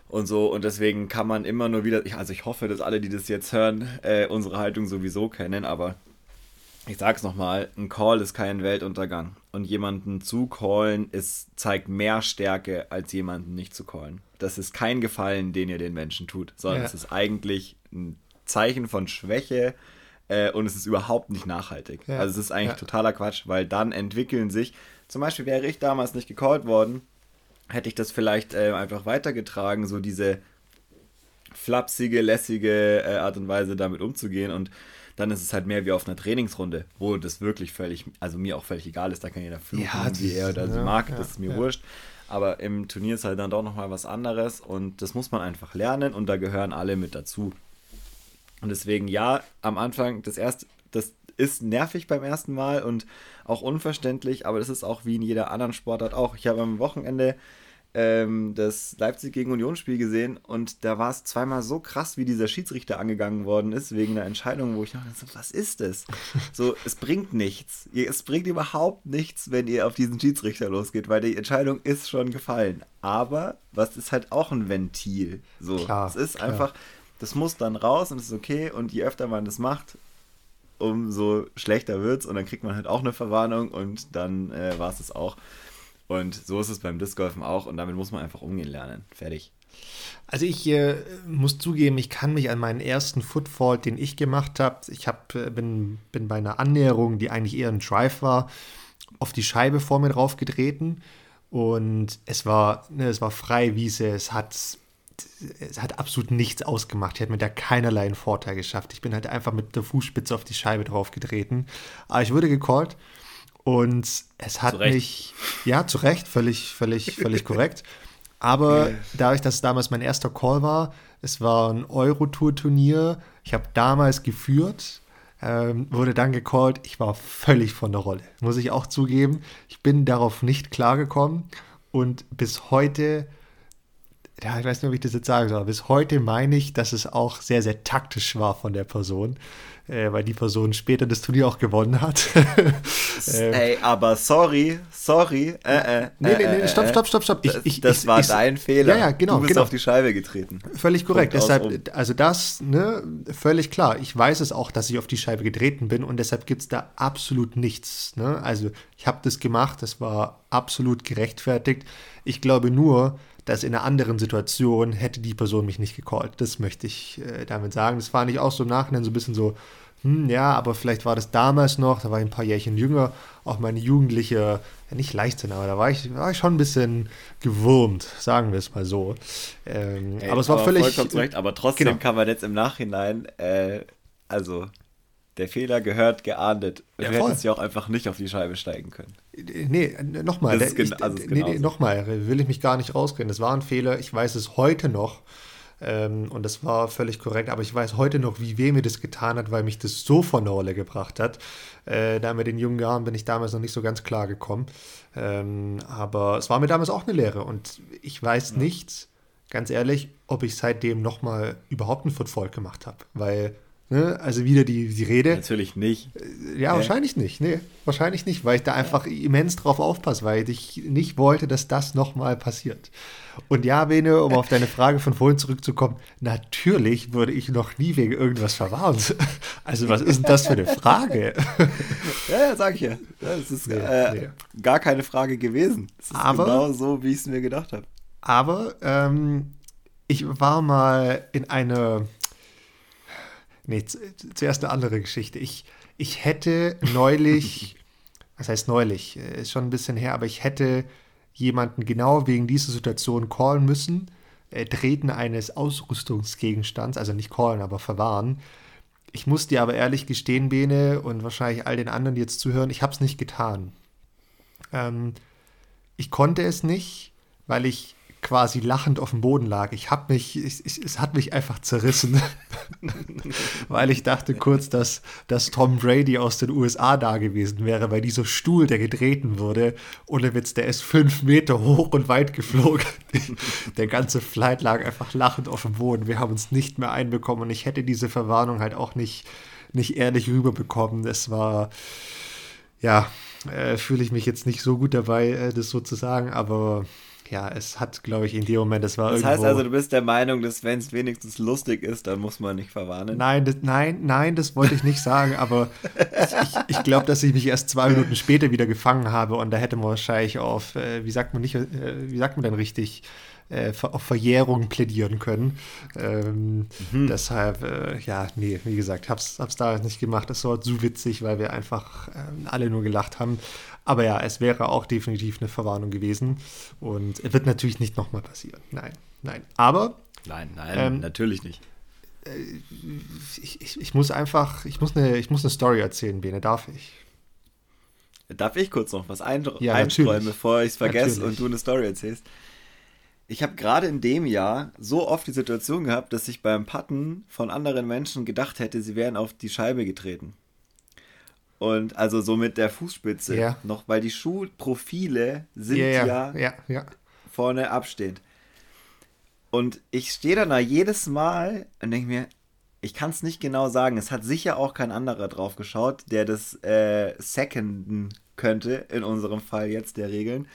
und so. Und deswegen kann man immer nur wieder, ich, also ich hoffe, dass alle, die das jetzt hören, äh, unsere Haltung sowieso kennen, aber ich sag's nochmal, ein Call ist kein Weltuntergang. Und jemanden zu callen, ist, zeigt mehr Stärke, als jemanden nicht zu callen. Das ist kein Gefallen, den ihr den Menschen tut, sondern Ja. es ist eigentlich ein Zeichen von Schwäche äh, und es ist überhaupt nicht nachhaltig. Ja. Also es ist eigentlich Ja. totaler Quatsch, weil dann entwickeln sich, zum Beispiel wäre ich damals nicht gecallt worden, hätte ich das vielleicht äh, einfach weitergetragen, so diese flapsige, lässige äh, Art und Weise damit umzugehen und dann ist es halt mehr wie auf einer Trainingsrunde, wo das wirklich völlig, also mir auch völlig egal ist, da kann jeder fluchen, Ja, wie er oder sie ja, mag, ja, das ist mir ja. wurscht. Aber im Turnier ist halt dann doch nochmal was anderes und das muss man einfach lernen und da gehören alle mit dazu. Und deswegen, ja, am Anfang, das erste, das ist nervig beim ersten Mal und auch unverständlich, aber das ist auch wie in jeder anderen Sportart auch. Ich habe am Wochenende ähm, das Leipzig gegen Union-Spiel gesehen und da war es zweimal so krass, wie dieser Schiedsrichter angegangen worden ist, wegen einer Entscheidung, wo ich dachte, so, was ist das? So, es bringt nichts. Ihr- Es bringt überhaupt nichts, wenn ihr auf diesen Schiedsrichter losgeht, weil die Entscheidung ist schon gefallen. Aber, was ist halt auch ein Ventil? So, Klar, es ist klar. einfach, das muss dann raus und es ist okay und je öfter man das macht, umso schlechter wird's und dann kriegt man halt auch eine Verwarnung und dann äh, war es es auch. Und so ist es beim Discgolfen auch und damit muss man einfach umgehen lernen. Fertig. Also ich äh, muss zugeben, ich kann mich an meinen ersten Footfault, den ich gemacht habe, ich hab, äh, bin, bin bei einer Annäherung, die eigentlich eher ein Drive war, auf die Scheibe vor mir drauf getreten und es war, ne, es war Freiwiese, es hat, es hat absolut nichts ausgemacht. Ich hätte mir da keinerlei einen Vorteil geschafft. Ich bin halt einfach mit der Fußspitze auf die Scheibe drauf getreten. Aber ich wurde gecallt und es hat Zu Recht. mich, ja, zu Recht, völlig, völlig, völlig korrekt. Aber dadurch, dass es damals mein erster Call war, es war ein Euro-Tour-Turnier, ich habe damals geführt, ähm, wurde dann gecallt, ich war völlig von der Rolle. Muss ich auch zugeben, ich bin darauf nicht klargekommen und bis heute, ja, ich weiß nicht, ob ich das jetzt sagen soll, aber bis heute meine ich, dass es auch sehr, sehr taktisch war von der Person, äh, weil die Person später das Turnier auch gewonnen hat. ähm, Ey, aber sorry, sorry. Äh, äh, Nee, nee, äh, nee, äh, stopp, äh, stopp, stopp, stopp. Ich, das ich, das ich, war ich, dein Fehler. Ja, ja, genau, Du bist genau. auf die Scheibe getreten. Völlig korrekt. Punkt aus, Deshalb, rum. also das, ne, völlig klar. Ich weiß es auch, dass ich auf die Scheibe getreten bin und deshalb gibt es da absolut nichts. Ne? Also ich habe das gemacht, das war absolut gerechtfertigt. Ich glaube nur, dass in einer anderen Situation hätte die Person mich nicht gecallt. Das möchte ich äh, damit sagen. Das war nicht auch so im Nachhinein so ein bisschen so, hm, ja, aber vielleicht war das damals noch, da war ich ein paar Jährchen jünger, auch meine jugendliche, ja nicht Leichtsinn, aber da war ich, war ich schon ein bisschen gewurmt, sagen wir es mal so. Ähm, Ey, aber es war völlig... vollkommen zu Recht, aber trotzdem genau. kann man jetzt im Nachhinein, äh, also der Fehler gehört geahndet. Ja, Du voll. hättest ja auch einfach nicht auf die Scheibe steigen können. Nee, nochmal. Das ist gen- also ist nee, nee, genauso. nochmal, will ich mich gar nicht rausreden. Das war ein Fehler, ich weiß es heute noch. Ähm, und das war völlig korrekt, aber ich weiß heute noch, wie weh mir das getan hat, weil mich das so von der Rolle gebracht hat. Äh, da mit den jungen Jahren bin ich damals noch nicht so ganz klar gekommen. Ähm, aber es war mir damals auch eine Lehre und ich weiß ja. nicht, ganz ehrlich, ob ich seitdem nochmal überhaupt einen Footfault gemacht habe, weil Ne? Also wieder die, die Rede. Natürlich nicht. Ja, Hä? wahrscheinlich nicht. Nee, wahrscheinlich nicht, weil ich da einfach immens drauf aufpasse, weil ich nicht wollte, dass das nochmal passiert. Und ja, Bene, um auf deine Frage von vorhin zurückzukommen, natürlich wurde ich noch nie wegen irgendwas verwarnt. Also was ist denn das für eine Frage? Ja, ja, sag ich ja. Das ist Nee, äh, nee. gar keine Frage gewesen. Das ist Aber- genau so, wie ich es mir gedacht habe. Aber ähm, ich war mal in einer, nee, zu, zuerst eine andere Geschichte. Ich, ich hätte neulich, was heißt neulich, äh, ist schon ein bisschen her, aber ich hätte jemanden genau wegen dieser Situation callen müssen, äh, Treten eines Ausrüstungsgegenstands, also nicht callen, aber verwahren. Ich muss dir aber ehrlich gestehen, Bene, und wahrscheinlich all den anderen, die jetzt zuhören, ich habe es nicht getan. Ähm, ich konnte es nicht, weil ich quasi lachend auf dem Boden lag. Ich habe mich, ich, ich, es hat mich einfach zerrissen, weil ich dachte kurz, dass, dass Tom Brady aus den U S A da gewesen wäre, weil dieser Stuhl, der getreten wurde, ohne Witz, der ist fünf Meter hoch und weit geflogen. Der ganze Flight lag einfach lachend auf dem Boden. Wir haben uns nicht mehr einbekommen und ich hätte diese Verwarnung halt auch nicht, nicht ehrlich rüberbekommen. Das war, ja, äh, fühle ich mich jetzt nicht so gut dabei, äh, das so zu sagen, aber ja, es hat, glaube ich, in dem Moment, das war Das irgendwo... heißt also, du bist der Meinung, dass wenn es wenigstens lustig ist, dann muss man nicht verwarnen? Nein, das, nein, nein, das wollte ich nicht sagen, aber ich, ich, ich glaube, dass ich mich erst zwei Minuten später wieder gefangen habe und da hätte man wahrscheinlich auf, äh, wie sagt man nicht, äh, wie sagt man denn richtig, äh, auf Verjährung plädieren können. Ähm, mhm. Deshalb, äh, ja, nee, wie gesagt, hab's, hab's da nicht gemacht. Das war so witzig, weil wir einfach äh, alle nur gelacht haben. Aber ja, es wäre auch definitiv eine Verwarnung gewesen und es wird natürlich nicht nochmal passieren. Nein, nein. Aber Nein, nein, ähm, natürlich nicht. Ich, ich, ich muss einfach, ich muss eine, ich muss eine Story erzählen, Bene, darf ich? Darf ich kurz noch was ein, ja, einstreuen, bevor ich es vergesse natürlich. und du eine Story erzählst? Ich habe gerade in dem Jahr so oft die Situation gehabt, dass ich beim Putten von anderen Menschen gedacht hätte, sie wären auf die Scheibe getreten. Und also so mit der Fußspitze ja. noch, weil die Schuhprofile sind ja, ja, ja, ja, ja. vorne abstehend. Und ich stehe dann da jedes Mal und denke mir, ich kann es nicht genau sagen. Es hat sicher auch kein anderer drauf geschaut, der das äh, seconden könnte, in unserem Fall jetzt der Regeln.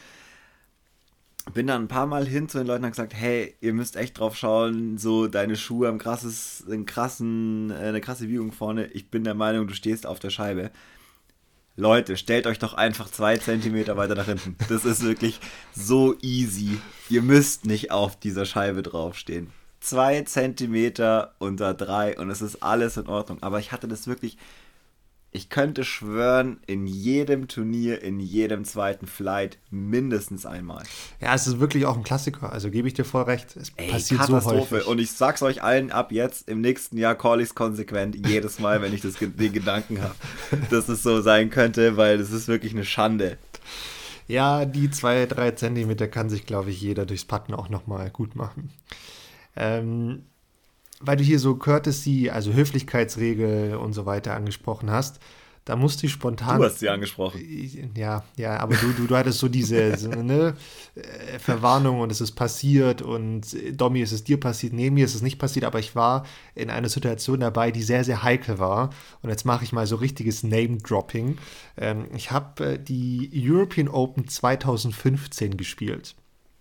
Bin dann ein paar Mal hin zu den Leuten und gesagt, hey, ihr müsst echt drauf schauen, so deine Schuhe haben krasses, einen krassen, eine krasse Biegung vorne. Ich bin der Meinung, du stehst auf der Scheibe. Leute, stellt euch doch einfach zwei Zentimeter weiter nach hinten. Das ist wirklich so easy. Ihr müsst nicht auf dieser Scheibe draufstehen. Zwei Zentimeter unter drei und es ist alles in Ordnung. Aber ich hatte das wirklich, ich könnte schwören, in jedem Turnier, in jedem zweiten Flight mindestens einmal. Ja, es ist wirklich auch ein Klassiker, also gebe ich dir voll recht. Es Ey, passiert so häufig. Und ich sag's euch allen ab jetzt, im nächsten Jahr call ich's konsequent, jedes Mal, wenn ich das, den Gedanken habe, dass es so sein könnte, weil das ist wirklich eine Schande. Ja, die zwei, drei Zentimeter kann sich, glaube ich, jeder durchs Putten auch nochmal gut machen. Ähm, weil du hier so Courtesy, also Höflichkeitsregel und so weiter angesprochen hast, da musste ich spontan... Du hast sie angesprochen. Ja, ja, aber du, du, du hattest so diese so, ne, Verwarnung und es ist passiert und Domi, ist es dir passiert, nee, mir ist es nicht passiert, aber ich war in einer Situation dabei, die sehr, sehr heikel war und jetzt mache ich mal so richtiges Name-Dropping. Ähm, ich habe äh, die European Open zwanzig fünfzehn gespielt.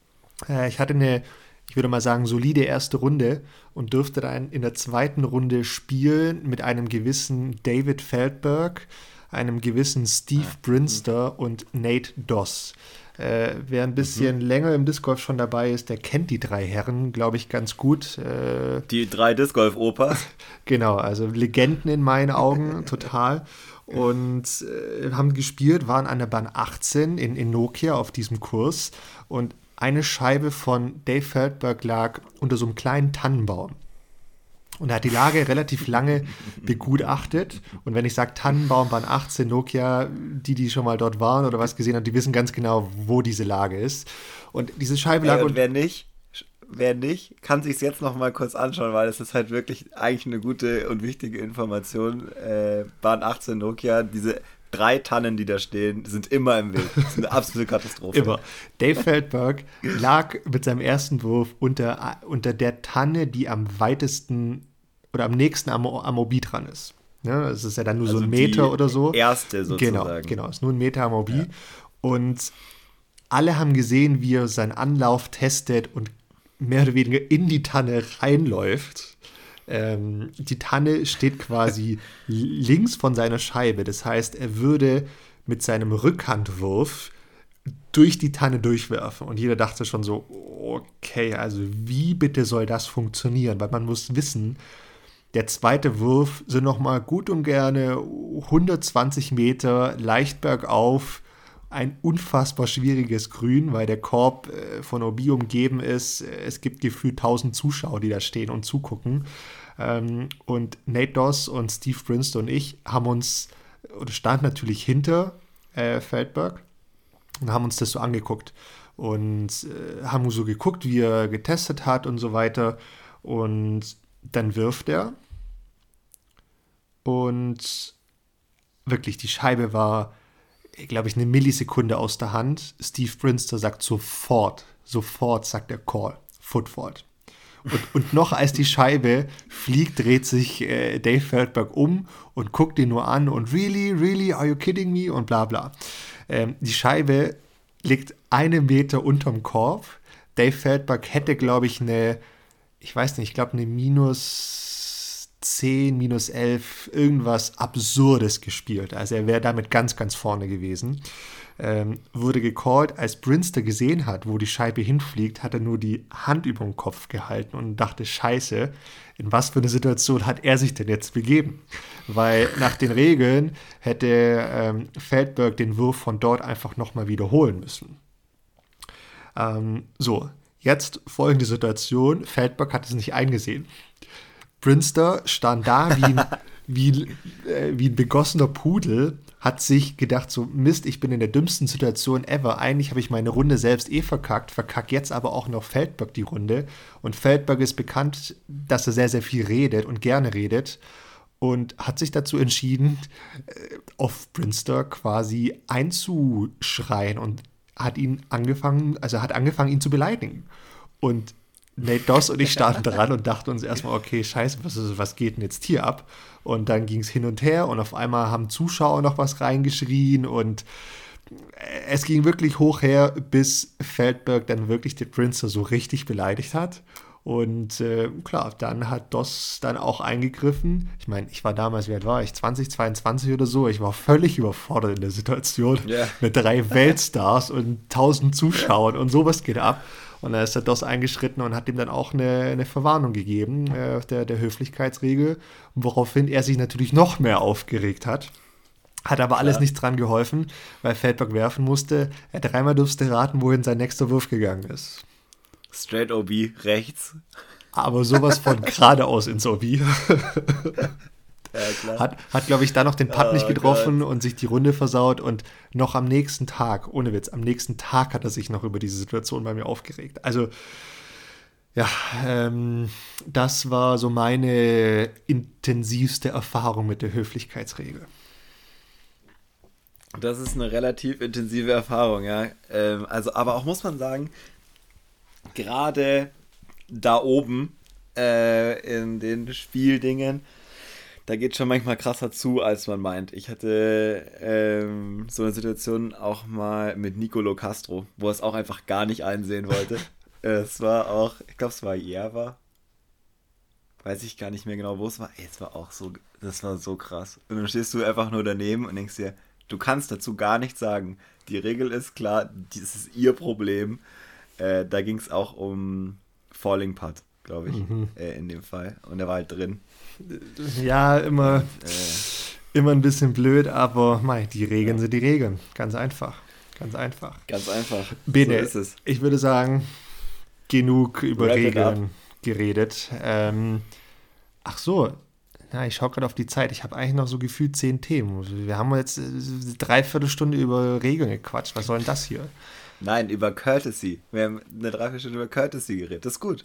Äh, ich hatte eine, ich würde mal sagen, solide erste Runde und dürfte dann in der zweiten Runde spielen mit einem gewissen David Feldberg, einem gewissen Steve ah, Brinster mh. und Nate Doss. Äh, wer ein bisschen mhm. länger im Disc Golf schon dabei ist, der kennt die drei Herren, glaube ich, ganz gut. Äh, die drei Disc Golf Opas. Genau, also Legenden in meinen Augen, total. Und äh, haben gespielt, waren an der Bahn achtzehn in, in Nokia auf diesem Kurs und eine Scheibe von Dave Feldberg lag unter so einem kleinen Tannenbaum. Und er hat die Lage relativ lange begutachtet. Und wenn ich sage Tannenbaum, Bahn achtzehn, Nokia, die, die schon mal dort waren oder was gesehen haben, die wissen ganz genau, wo diese Lage ist. Und diese Scheibe lag... Äh, und wer nicht, wer nicht, kann sich es jetzt noch mal kurz anschauen, weil es ist halt wirklich eigentlich eine gute und wichtige Information. Äh, Bahn achtzehn, Nokia, diese... Drei Tannen, die da stehen, sind immer im Weg. Das ist eine absolute Katastrophe. Immer. Dave Feldberg lag mit seinem ersten Wurf unter, unter der Tanne, die am weitesten oder am nächsten am, am O B dran ist. Ja, das ist ja dann nur also so ein Meter oder so. Erste sozusagen. Genau, genau, ist nur ein Meter am O B. Ja. Und alle haben gesehen, wie er seinen Anlauf testet und mehr oder weniger in die Tanne reinläuft. Ähm, die Tanne steht quasi links von seiner Scheibe. Das heißt, er würde mit seinem Rückhandwurf durch die Tanne durchwerfen. Und jeder dachte schon so, okay, also wie bitte soll das funktionieren? Weil man muss wissen, der zweite Wurf sind nochmal gut und gerne hundertzwanzig Meter leicht bergauf. Ein unfassbar schwieriges Grün, weil der Korb äh, von O B umgeben ist. Es gibt gefühlt tausend Zuschauer, die da stehen und zugucken. Ähm, und Nate Doss und Steve Brinster und ich haben uns, oder standen natürlich hinter äh, Feldberg und haben uns das so angeguckt. Und äh, haben so geguckt, wie er getestet hat und so weiter. Und dann wirft er. Und wirklich, die Scheibe war... glaube ich, eine Millisekunde aus der Hand. Steve Brinster sagt sofort, sofort sagt er Call, Footfault. Und, und noch als die Scheibe fliegt, dreht sich äh, Dave Feldberg um und guckt ihn nur an und really, really, are you kidding me? Und bla bla. Ähm, die Scheibe liegt eine Meter unterm Korb. Dave Feldberg hätte, glaube ich, eine, ich weiß nicht, ich glaube eine minus zehn, minus elf, irgendwas Absurdes gespielt. Also er wäre damit ganz, ganz vorne gewesen. Ähm, wurde gecallt, als Brinster gesehen hat, wo die Scheibe hinfliegt, hat er nur die Hand über den Kopf gehalten und dachte, scheiße, in was für eine Situation hat er sich denn jetzt begeben? Weil nach den Regeln hätte ähm, Feldberg den Wurf von dort einfach nochmal wiederholen müssen. Ähm, so, jetzt folgende Situation, Feldberg hat es nicht eingesehen. Brinster stand da wie ein, wie, äh, wie ein begossener Pudel, hat sich gedacht, so Mist, ich bin in der dümmsten Situation ever. Eigentlich habe ich meine Runde selbst eh verkackt, verkackt jetzt aber auch noch Feldberg die Runde. Und Feldberg ist bekannt, dass er sehr, sehr viel redet und gerne redet. Und hat sich dazu entschieden, auf Brinster quasi einzuschreien und hat ihn angefangen, also hat angefangen, ihn zu beleidigen. Und Nate Doss und ich standen dran und dachten uns erstmal, okay, scheiße, was, ist, was geht denn jetzt hier ab? Und dann ging es hin und her und auf einmal haben Zuschauer noch was reingeschrien und es ging wirklich hoch her, bis Feldberg dann wirklich den Brinster so richtig beleidigt hat. Und äh, klar, dann hat Doss dann auch eingegriffen. Ich meine, ich war damals, wie alt war ich? zwanzig, zweiundzwanzig oder so. Ich war völlig überfordert in der Situation yeah. mit drei Weltstars und tausend Zuschauern und sowas geht ab. Und dann ist der Doss eingeschritten und hat ihm dann auch eine, eine Verwarnung gegeben, äh, der, der Höflichkeitsregel, woraufhin er sich natürlich noch mehr aufgeregt hat. Hat aber alles ja. nichts dran geholfen, weil Feldberg werfen musste. Er dreimal durfte raten, wohin sein nächster Wurf gegangen ist. Straight O B rechts. Aber sowas von geradeaus ins O B. Ja, klar. Hat, hat glaube ich, da noch den Putt oh, nicht getroffen Gott. und sich die Runde versaut. Und noch am nächsten Tag, ohne Witz, am nächsten Tag hat er sich noch über diese Situation bei mir aufgeregt. Also, ja, ähm, das war so meine intensivste Erfahrung mit der Höflichkeitsregel. Das ist eine relativ intensive Erfahrung, ja. Ähm, also, aber auch muss man sagen, gerade da oben äh, in den Spieldingen, da geht schon manchmal krasser zu, als man meint. Ich hatte ähm, so eine Situation auch mal mit Nicolo Castro, wo er es auch einfach gar nicht einsehen wollte. Es war auch, ich glaube, es war Järva. Weiß ich gar nicht mehr genau, wo es war. Ey, es war auch so, das war so krass. Und dann stehst du einfach nur daneben und denkst dir, du kannst dazu gar nichts sagen. Die Regel ist klar, das ist ihr Problem. Äh, da ging es auch um Falling Putt, glaube ich, mhm. äh, in dem Fall. Und er war halt drin. Ja, immer, Und, äh, immer ein bisschen blöd, aber mei, die Regeln ja. sind die Regeln. Ganz einfach. Ganz einfach. Ganz einfach. Bene, so ist es. Ich würde sagen, genug über Wrap Regeln geredet. Ähm, ach so, na, ich schaue gerade auf die Zeit. Ich habe eigentlich noch so gefühlt zehn Themen. Wir haben jetzt eine Dreiviertelstunde über Regeln gequatscht. Was soll denn das hier? Nein, über Courtesy. Wir haben eine Dreiviertelstunde über Courtesy geredet. Das ist gut.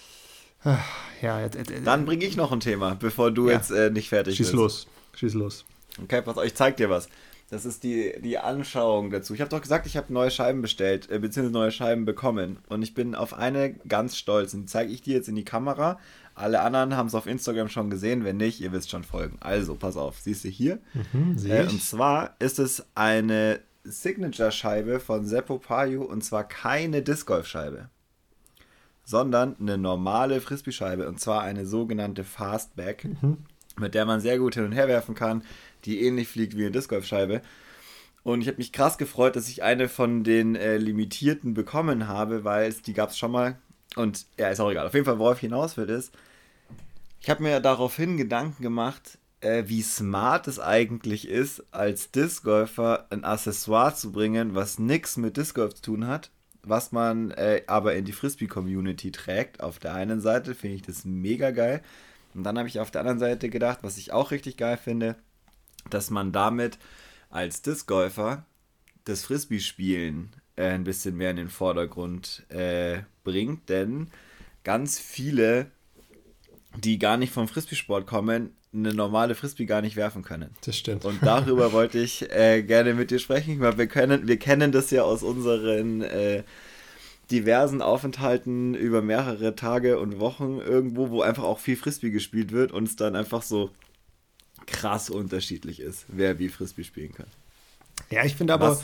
Ja, äh, äh, Dann bringe ich noch ein Thema, bevor du ja. jetzt äh, nicht fertig Schieß bist. Schieß los. Schieß los. Okay, pass auf, ich zeig dir was. Das ist die, die Anschauung dazu. Ich habe doch gesagt, ich habe neue Scheiben bestellt, äh, beziehungsweise neue Scheiben bekommen. Und ich bin auf eine ganz stolz. Und die zeige ich dir jetzt in die Kamera. Alle anderen haben es auf Instagram schon gesehen. Wenn nicht, ihr wisst schon folgen. Also, pass auf. Siehst du hier? Mhm, sehe ich. Äh, und zwar ist es eine Signature-Scheibe von Seppo Payu. Und zwar keine Disc-Golf-Scheibe, sondern eine normale Frisbee-Scheibe. Und zwar eine sogenannte Fastback, mhm. mit der man sehr gut hin und her werfen kann, die ähnlich fliegt wie eine Disc-Golf-Scheibe. Und ich habe mich krass gefreut, dass ich eine von den äh, limitierten bekommen habe, weil es, die gab es schon mal. Und ja, ist auch egal. Auf jeden Fall, worauf ich hinaus will, ist, ich habe mir daraufhin Gedanken gemacht, äh, wie smart es eigentlich ist, als Disc-Golfer ein Accessoire zu bringen, was nichts mit Disc-Golf zu tun hat, was man äh, aber in die Frisbee-Community trägt. Auf der einen Seite finde ich das mega geil. Und dann habe ich auf der anderen Seite gedacht, was ich auch richtig geil finde, dass man damit als Disc-Golfer das Frisbee-Spielen äh, ein bisschen mehr in den Vordergrund äh, bringt. Denn ganz viele, die gar nicht vom Frisbee-Sport kommen, eine normale Frisbee gar nicht werfen können. Das stimmt. Und darüber wollte ich äh, gerne mit dir sprechen, weil wir können, wir kennen das ja aus unseren äh, diversen Aufenthalten über mehrere Tage und Wochen irgendwo, wo einfach auch viel Frisbee gespielt wird und es dann einfach so krass unterschiedlich ist, wer wie Frisbee spielen kann. Ja, ich finde aber, Was?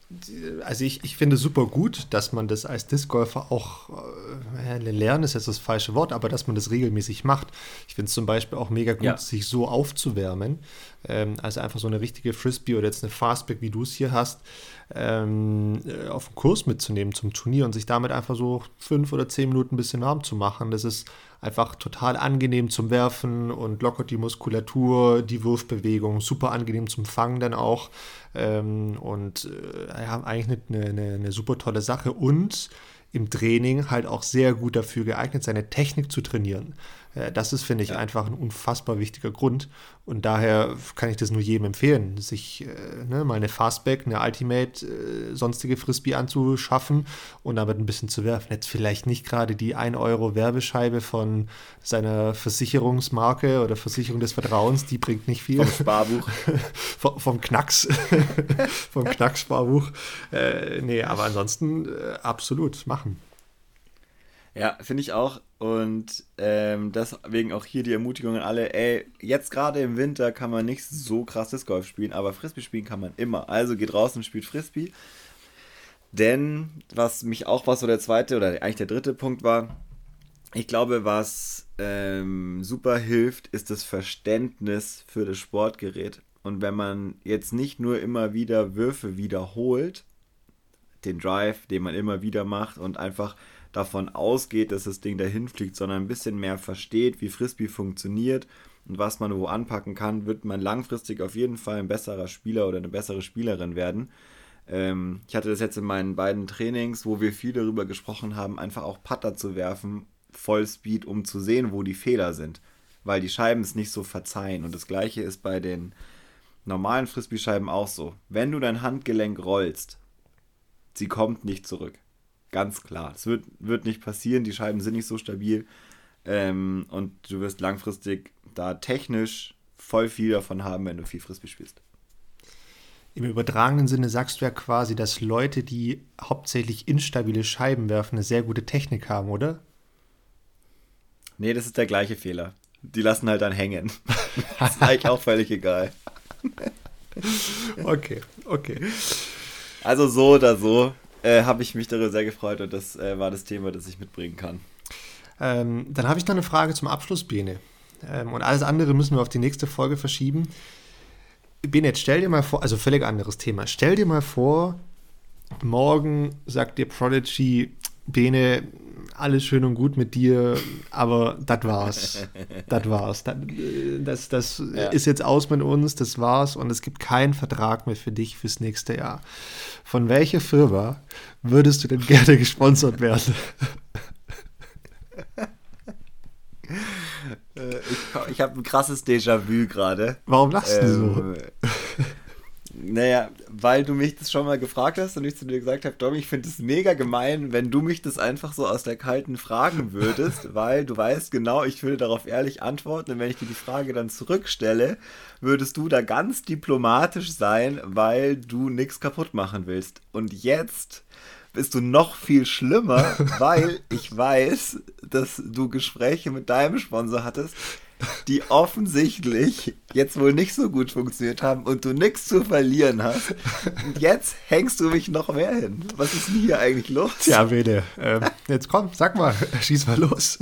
Also ich, ich finde super gut, dass man das als Discgolfer auch, äh, lernen ist jetzt das falsche Wort, aber dass man das regelmäßig macht. Ich finde es zum Beispiel auch mega gut, Ja. sich so aufzuwärmen. Ähm, also einfach so eine richtige Frisbee oder jetzt eine Fastback, wie du es hier hast, ähm, äh, auf den Kurs mitzunehmen zum Turnier und sich damit einfach so fünf oder zehn Minuten ein bisschen warm zu machen. Das ist einfach total angenehm zum Werfen und lockert die Muskulatur, die Wurfbewegung, super angenehm zum Fangen dann auch. Ähm, und äh, ja, eigentlich eine, eine, eine super tolle Sache und im Training halt auch sehr gut dafür geeignet, seine Technik zu trainieren. Äh, das ist, finde ich, Ja. einfach ein unfassbar wichtiger Grund. Und daher kann ich das nur jedem empfehlen, sich äh, ne, mal eine Fastback, eine Ultimate, äh, sonstige Frisbee anzuschaffen und damit ein bisschen zu werfen. Jetzt vielleicht nicht gerade die ein Euro Werbescheibe von seiner Versicherungsmarke oder Versicherung des Vertrauens, die bringt nicht viel. Vom Sparbuch. vom, vom Knacks, vom Knacksparbuch. Äh, nee, aber ansonsten äh, absolut machen. Ja, finde ich auch. Und ähm, deswegen auch hier die Ermutigung an alle, ey, jetzt gerade im Winter kann man nicht so krass Disc Golf spielen, aber Frisbee spielen kann man immer. Also geht raus und spielt Frisbee. Denn was mich auch was so der zweite oder eigentlich der dritte Punkt war, ich glaube, was ähm, super hilft, ist das Verständnis für das Sportgerät. Und wenn man jetzt nicht nur immer wieder Würfe wiederholt, den Drive, den man immer wieder macht und einfach davon ausgeht, dass das Ding dahin fliegt, sondern ein bisschen mehr versteht, wie Frisbee funktioniert und was man wo anpacken kann, wird man langfristig auf jeden Fall ein besserer Spieler oder eine bessere Spielerin werden. Ähm, ich hatte das jetzt in meinen beiden Trainings, wo wir viel darüber gesprochen haben, einfach auch Putter zu werfen, Vollspeed, um zu sehen, wo die Fehler sind, weil die Scheiben es nicht so verzeihen. Und das gleiche ist bei den normalen Frisbee-Scheiben auch so. Wenn du dein Handgelenk rollst, sie kommt nicht zurück. Ganz klar. Es wird, wird nicht passieren, die Scheiben sind nicht so stabil ähm, und du wirst langfristig da technisch voll viel davon haben, wenn du viel Frisbee spielst. Im übertragenen Sinne sagst du ja quasi, dass Leute, die hauptsächlich instabile Scheiben werfen, eine sehr gute Technik haben, oder? Nee, das ist der gleiche Fehler. Die lassen halt dann hängen. Das ist eigentlich auch völlig egal. Okay, okay. Also so oder so äh, habe ich mich darüber sehr gefreut und das äh, war das Thema, das ich mitbringen kann. Ähm, dann habe ich noch eine Frage zum Abschluss, Bene. Ähm, und alles andere müssen wir auf die nächste Folge verschieben. Bene, jetzt stell dir mal vor, also völlig anderes Thema. Stell dir mal vor, morgen sagt dir Prodigy, Bene, alles schön und gut mit dir, aber das war's. Das war's. Das, das, das Ja. ist jetzt aus mit uns, das war's und es gibt keinen Vertrag mehr für dich fürs nächste Jahr. Von welcher Firma würdest du denn gerne gesponsert werden? Äh, ich ich habe ein krasses Déjà-vu gerade. Warum lachst du so? Ähm, naja, weil du mich das schon mal gefragt hast und ich zu dir gesagt habe, Dom, ich finde es mega gemein, wenn du mich das einfach so aus der Kalten fragen würdest, weil du weißt genau, ich würde darauf ehrlich antworten und wenn ich dir die Frage dann zurückstelle, würdest du da ganz diplomatisch sein, weil du nichts kaputt machen willst. Und jetzt bist du noch viel schlimmer, weil ich weiß, dass du Gespräche mit deinem Sponsor hattest, die offensichtlich jetzt wohl nicht so gut funktioniert haben und du nichts zu verlieren hast. Und jetzt hängst du mich noch mehr hin. Was ist denn hier eigentlich los? Tja, Bene, ähm, jetzt komm, sag mal, schieß mal los.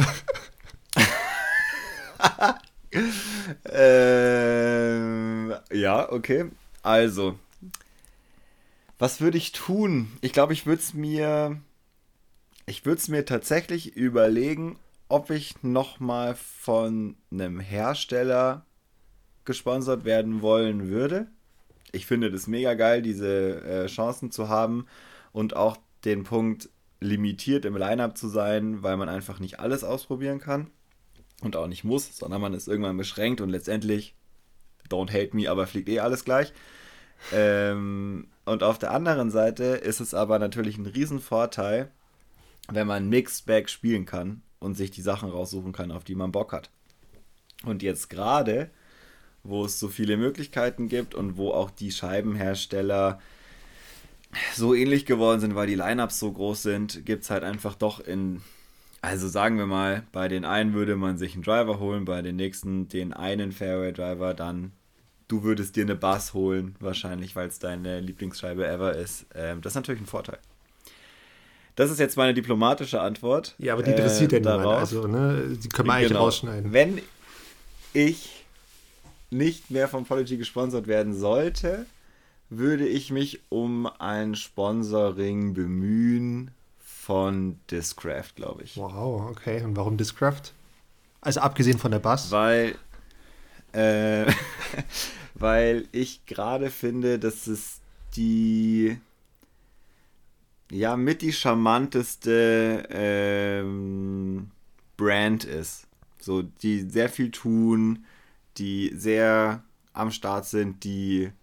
ähm, ja, okay. Also, was würde ich tun? Ich glaube, ich würde es mir, ich würde es mir tatsächlich überlegen, ob ich nochmal von einem Hersteller gesponsert werden wollen würde. Ich finde das mega geil, diese äh, Chancen zu haben und auch den Punkt limitiert im Line-Up zu sein, weil man einfach nicht alles ausprobieren kann und auch nicht muss, sondern man ist irgendwann beschränkt und letztendlich, don't hate me, aber fliegt eh alles gleich. Ähm, und auf der anderen Seite ist es aber natürlich ein Riesenvorteil, wenn man Mixed Bag spielen kann und sich die Sachen raussuchen kann, auf die man Bock hat. Und jetzt gerade, wo es so viele Möglichkeiten gibt und wo auch die Scheibenhersteller so ähnlich geworden sind, weil die Lineups so groß sind, gibt es halt einfach doch in, also sagen wir mal, bei den einen würde man sich einen Driver holen, bei den nächsten den einen Fairway Driver, dann du würdest dir eine Bass holen, wahrscheinlich, weil es deine Lieblingsscheibe ever ist. Ähm, das ist natürlich ein Vorteil. Das ist jetzt meine diplomatische Antwort. Ja, aber die interessiert äh, ja niemand. darauf. Also, ne, die können wir eigentlich Genau. rausschneiden. Wenn ich nicht mehr vom Prodigy gesponsert werden sollte, würde ich mich um ein Sponsoring bemühen von Discraft, glaube ich. Wow, okay. Und warum Discraft? Also abgesehen von der Bass? Weil, äh, weil ich gerade finde, dass es die, ja, mit die charmanteste ähm, Brand ist. So, die sehr viel tun, die sehr am Start sind, die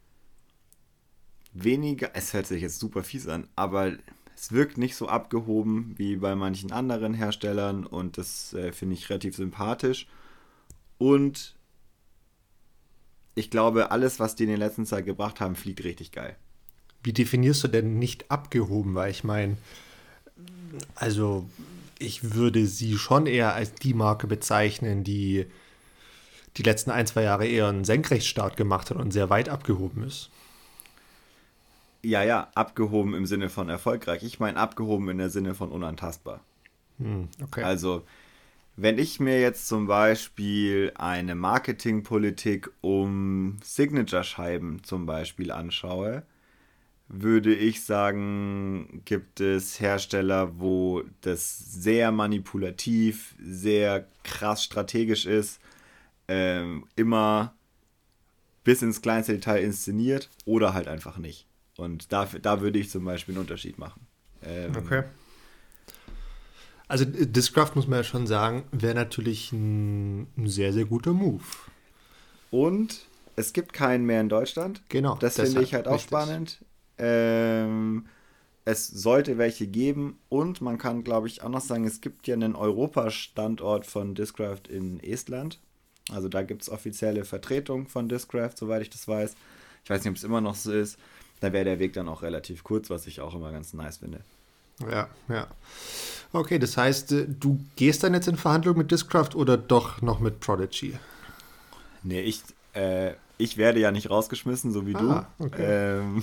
weniger, es hört sich jetzt super fies an, aber es wirkt nicht so abgehoben wie bei manchen anderen Herstellern und das äh, finde ich relativ sympathisch. Und ich glaube, alles, was die in der letzten Zeit gebracht haben, fliegt richtig geil. Wie definierst du denn nicht abgehoben? Weil ich meine, also ich würde sie schon eher als die Marke bezeichnen, die die letzten ein, zwei Jahre eher einen Senkrechtsstart gemacht hat und sehr weit abgehoben ist. Ja, ja, abgehoben im Sinne von erfolgreich. Ich meine abgehoben in der Sinne von unantastbar. Hm, okay. Also, wenn ich mir jetzt zum Beispiel eine Marketingpolitik um Signature-Scheiben zum Beispiel anschaue, würde ich sagen, gibt es Hersteller, wo das sehr manipulativ, sehr krass strategisch ist, ähm, immer bis ins kleinste Detail inszeniert oder halt einfach nicht. Und da, da würde ich zum Beispiel einen Unterschied machen. Ähm, okay. Also Discraft, muss man ja schon sagen, wäre natürlich ein, ein sehr, sehr guter Move. Und es gibt keinen mehr in Deutschland. Genau. Das finde ich halt auch richtig. spannend. Ähm, es sollte welche geben. Und man kann, glaube ich, auch noch sagen, es gibt ja einen Europa-Standort von Discraft in Estland. Also da gibt es offizielle Vertretung von Discraft, soweit ich das weiß. Ich weiß nicht, ob es immer noch so ist. Da wäre der Weg dann auch relativ kurz, was ich auch immer ganz nice finde. Ja, ja. Okay, das heißt, du gehst dann jetzt in Verhandlungen mit Discraft oder doch noch mit Prodigy? Nee, ich, äh, ich werde ja nicht rausgeschmissen, so wie ah, du. Okay. Ähm,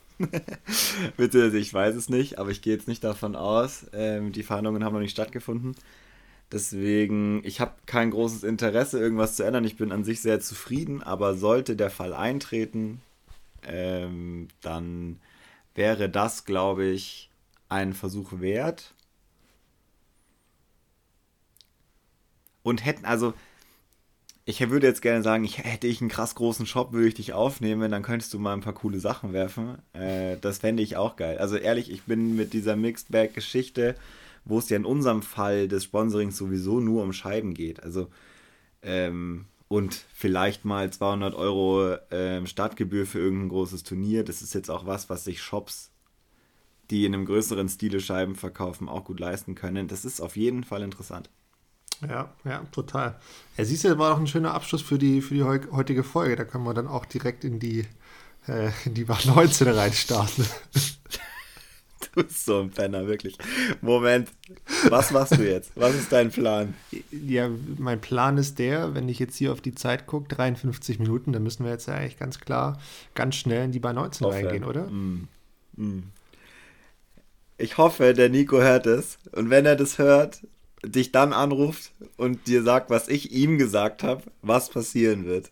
bitte, ich weiß es nicht, aber ich gehe jetzt nicht davon aus. Ähm, die Verhandlungen haben noch nicht stattgefunden. Deswegen, ich habe kein großes Interesse, irgendwas zu ändern. Ich bin an sich sehr zufrieden, aber sollte der Fall eintreten, ähm, dann wäre das, glaube ich, ein Versuch wert. Und hätten, also, ich würde jetzt gerne sagen, ich, hätte ich einen krass großen Shop, würde ich dich aufnehmen, dann könntest du mal ein paar coole Sachen werfen. Äh, das fände ich auch geil. Also ehrlich, ich bin mit dieser Mixed Bag-Geschichte, wo es ja in unserem Fall des Sponsorings sowieso nur um Scheiben geht. Also, ähm, und vielleicht mal zweihundert Euro ähm, Startgebühr für irgendein großes Turnier. Das ist jetzt auch was, was sich Shops, die in einem größeren Stile Scheiben verkaufen, auch gut leisten können. Das ist auf jeden Fall interessant. Ja, ja, total. Ja, siehst du, das war auch ein schöner Abschluss für die, für die heutige Folge. Da können wir dann auch direkt in die, äh, in die Bar neunzehn reinstarten. Du bist so ein Penner, wirklich. Moment, was machst du jetzt? Was ist dein Plan? Ja, mein Plan ist der, wenn ich jetzt hier auf die Zeit gucke, dreiundfünfzig Minuten, dann müssen wir jetzt ja eigentlich ganz klar ganz schnell in die Bar neunzehn Aufhören. reingehen, oder? Mm. Mm. Ich hoffe, der Nico hört es. Und wenn er das hört, dich dann anruft und dir sagt, was ich ihm gesagt habe, was passieren wird.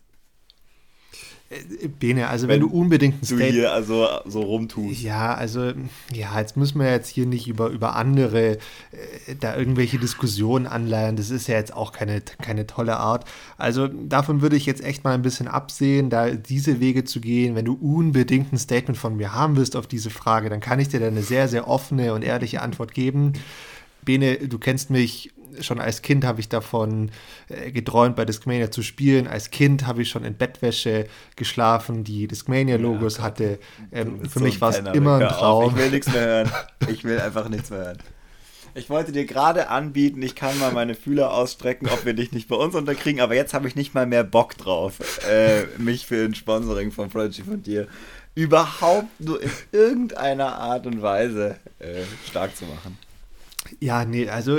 Bene, also wenn, wenn du unbedingt ein du Statement... hier also so rumtust. Ja, also, ja, jetzt müssen wir jetzt hier nicht über, über andere äh, da irgendwelche Diskussionen anleiern. Das ist ja jetzt auch keine, keine tolle Art. Also davon würde ich jetzt echt mal ein bisschen absehen, da diese Wege zu gehen. Wenn du unbedingt ein Statement von mir haben willst auf diese Frage, dann kann ich dir da eine sehr, sehr offene und ehrliche Antwort geben. Bene, du kennst mich, schon als Kind habe ich davon äh, geträumt, bei Discmania zu spielen. Als Kind habe ich schon in Bettwäsche geschlafen, die Discmania-Logos ja, hatte. Ähm, für so mich war es immer ein Traum. Auf. Ich will nichts mehr hören. Ich will einfach nichts mehr hören. Ich wollte dir gerade anbieten, ich kann mal meine Fühler ausstrecken, ob wir dich nicht bei uns unterkriegen, aber jetzt habe ich nicht mal mehr Bock drauf, äh, mich für ein Sponsoring von Prodigy von dir überhaupt nur in irgendeiner Art und Weise äh, stark zu machen. Ja, nee, also,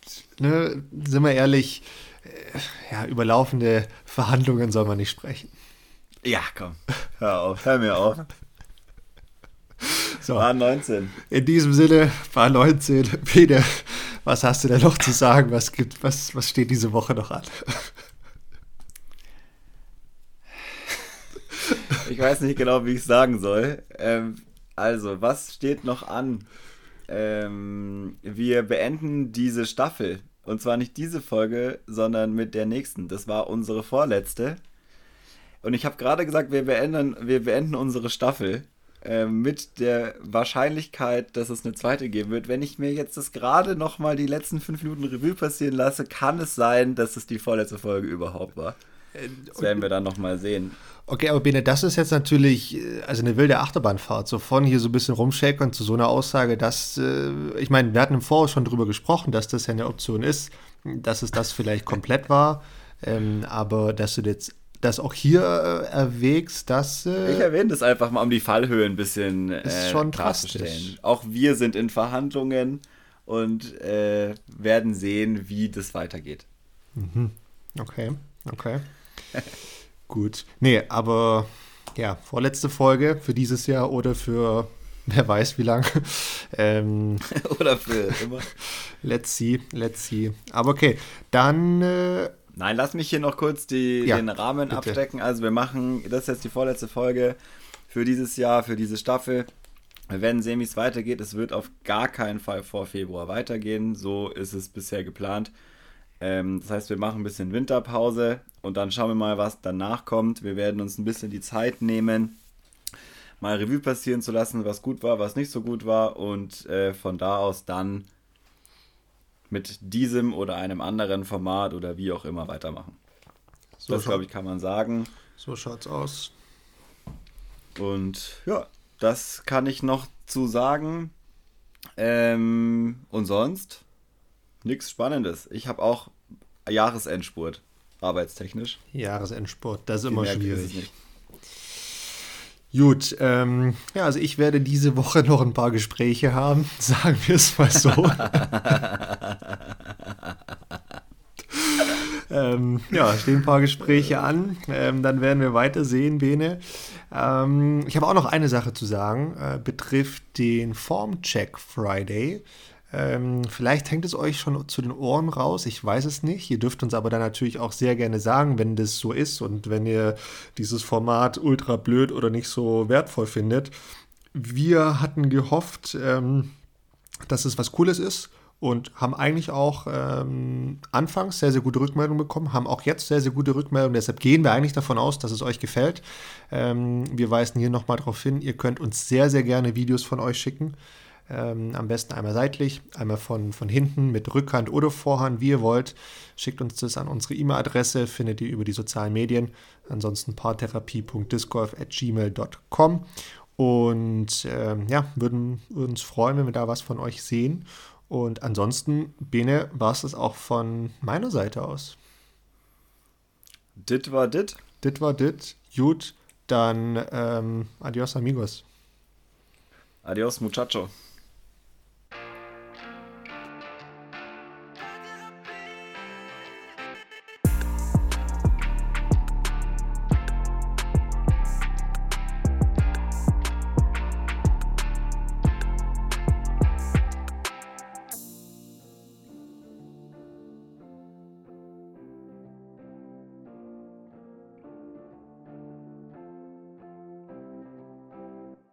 ne, sind wir ehrlich, äh, ja, über laufende Verhandlungen soll man nicht sprechen. Ja, komm. Hör auf, hör mir auf. So. War neunzehn. In diesem Sinne, war neunzehn. Peter, was hast du denn noch zu sagen? Was gibt, was, was steht diese Woche noch an? Ich weiß nicht genau, wie ich es sagen soll. Ähm, also, was steht noch an? Ähm, wir beenden diese Staffel. Und zwar nicht diese Folge, sondern mit der nächsten. Das war unsere vorletzte. Und ich habe gerade gesagt, wir beenden, wir beenden unsere Staffel äh, mit der Wahrscheinlichkeit, dass es eine zweite geben wird. Wenn ich mir jetzt das gerade nochmal die letzten fünf Minuten Revue passieren lasse, kann es sein, dass es die vorletzte Folge überhaupt war. Das werden wir dann nochmal sehen. Okay, aber Bene, das ist jetzt natürlich also eine wilde Achterbahnfahrt. So von hier so ein bisschen rumshakern zu so einer Aussage, dass, äh, ich meine, wir hatten im Voraus schon drüber gesprochen, dass das ja eine Option ist, dass es das vielleicht komplett war. Ähm, aber dass du jetzt das auch hier äh, erwägst, dass... Äh, ich erwähne das einfach mal, um die Fallhöhe ein bisschen ist äh, schon klarzustellen. drastisch. Auch wir sind in Verhandlungen und äh, werden sehen, wie das weitergeht. Mhm. Okay, okay. Gut. Nee, aber ja, vorletzte Folge für dieses Jahr oder für wer weiß wie lang. ähm, Oder für immer. Let's see, let's see. Aber okay, dann... Äh, Nein, lass mich hier noch kurz die, ja, den Rahmen bitte. abstecken. Also wir machen, das ist jetzt die vorletzte Folge für dieses Jahr, für diese Staffel. Wir werden sehen, wie es weitergeht. Es wird auf gar keinen Fall vor Februar weitergehen. So ist es bisher geplant. Ähm, das heißt, wir machen ein bisschen Winterpause und dann schauen wir mal, was danach kommt. Wir werden uns ein bisschen die Zeit nehmen, mal Revue passieren zu lassen, was gut war, was nicht so gut war und äh, von da aus dann mit diesem oder einem anderen Format oder wie auch immer weitermachen. So das, glaube ich, kann man sagen. So schaut's aus. Und ja, das kann ich noch zu sagen. Ähm, und sonst nichts Spannendes. Ich habe auch Jahresendspurt, arbeitstechnisch. Jahresendsport, das ist Viel immer mehr ist es schwierig. nicht. Gut, ähm, ja, also ich werde diese Woche noch ein paar Gespräche haben, sagen wir es mal so. ähm, ja, stehen ein paar Gespräche an, ähm, dann werden wir weitersehen, Bene. Ähm, ich habe auch noch eine Sache zu sagen, äh, betrifft den Formcheck Friday. Ähm, vielleicht hängt es euch schon zu den Ohren raus, ich weiß es nicht. Ihr dürft uns aber dann natürlich auch sehr gerne sagen, wenn das so ist und wenn ihr dieses Format ultra blöd oder nicht so wertvoll findet. Wir hatten gehofft, ähm, dass es was Cooles ist und haben eigentlich auch ähm, anfangs sehr, sehr gute Rückmeldungen bekommen, haben auch jetzt sehr, sehr gute Rückmeldungen. Deshalb gehen wir eigentlich davon aus, dass es euch gefällt. Ähm, wir weisen hier nochmal darauf hin, ihr könnt uns sehr, sehr gerne Videos von euch schicken. Ähm, am besten einmal seitlich, einmal von, von hinten mit Rückhand oder Vorhand, wie ihr wollt. Schickt uns das an unsere E-Mail-Adresse, findet ihr über die sozialen Medien. Ansonsten paartherapie punkt discgolf at gmail punkt com. Und ähm, ja, würden, würden uns freuen, wenn wir da was von euch sehen. Und ansonsten, Bene, war es das auch von meiner Seite aus. Dit war dit. Dit war dit. Gut, dann ähm, adios amigos. Adios, muchacho.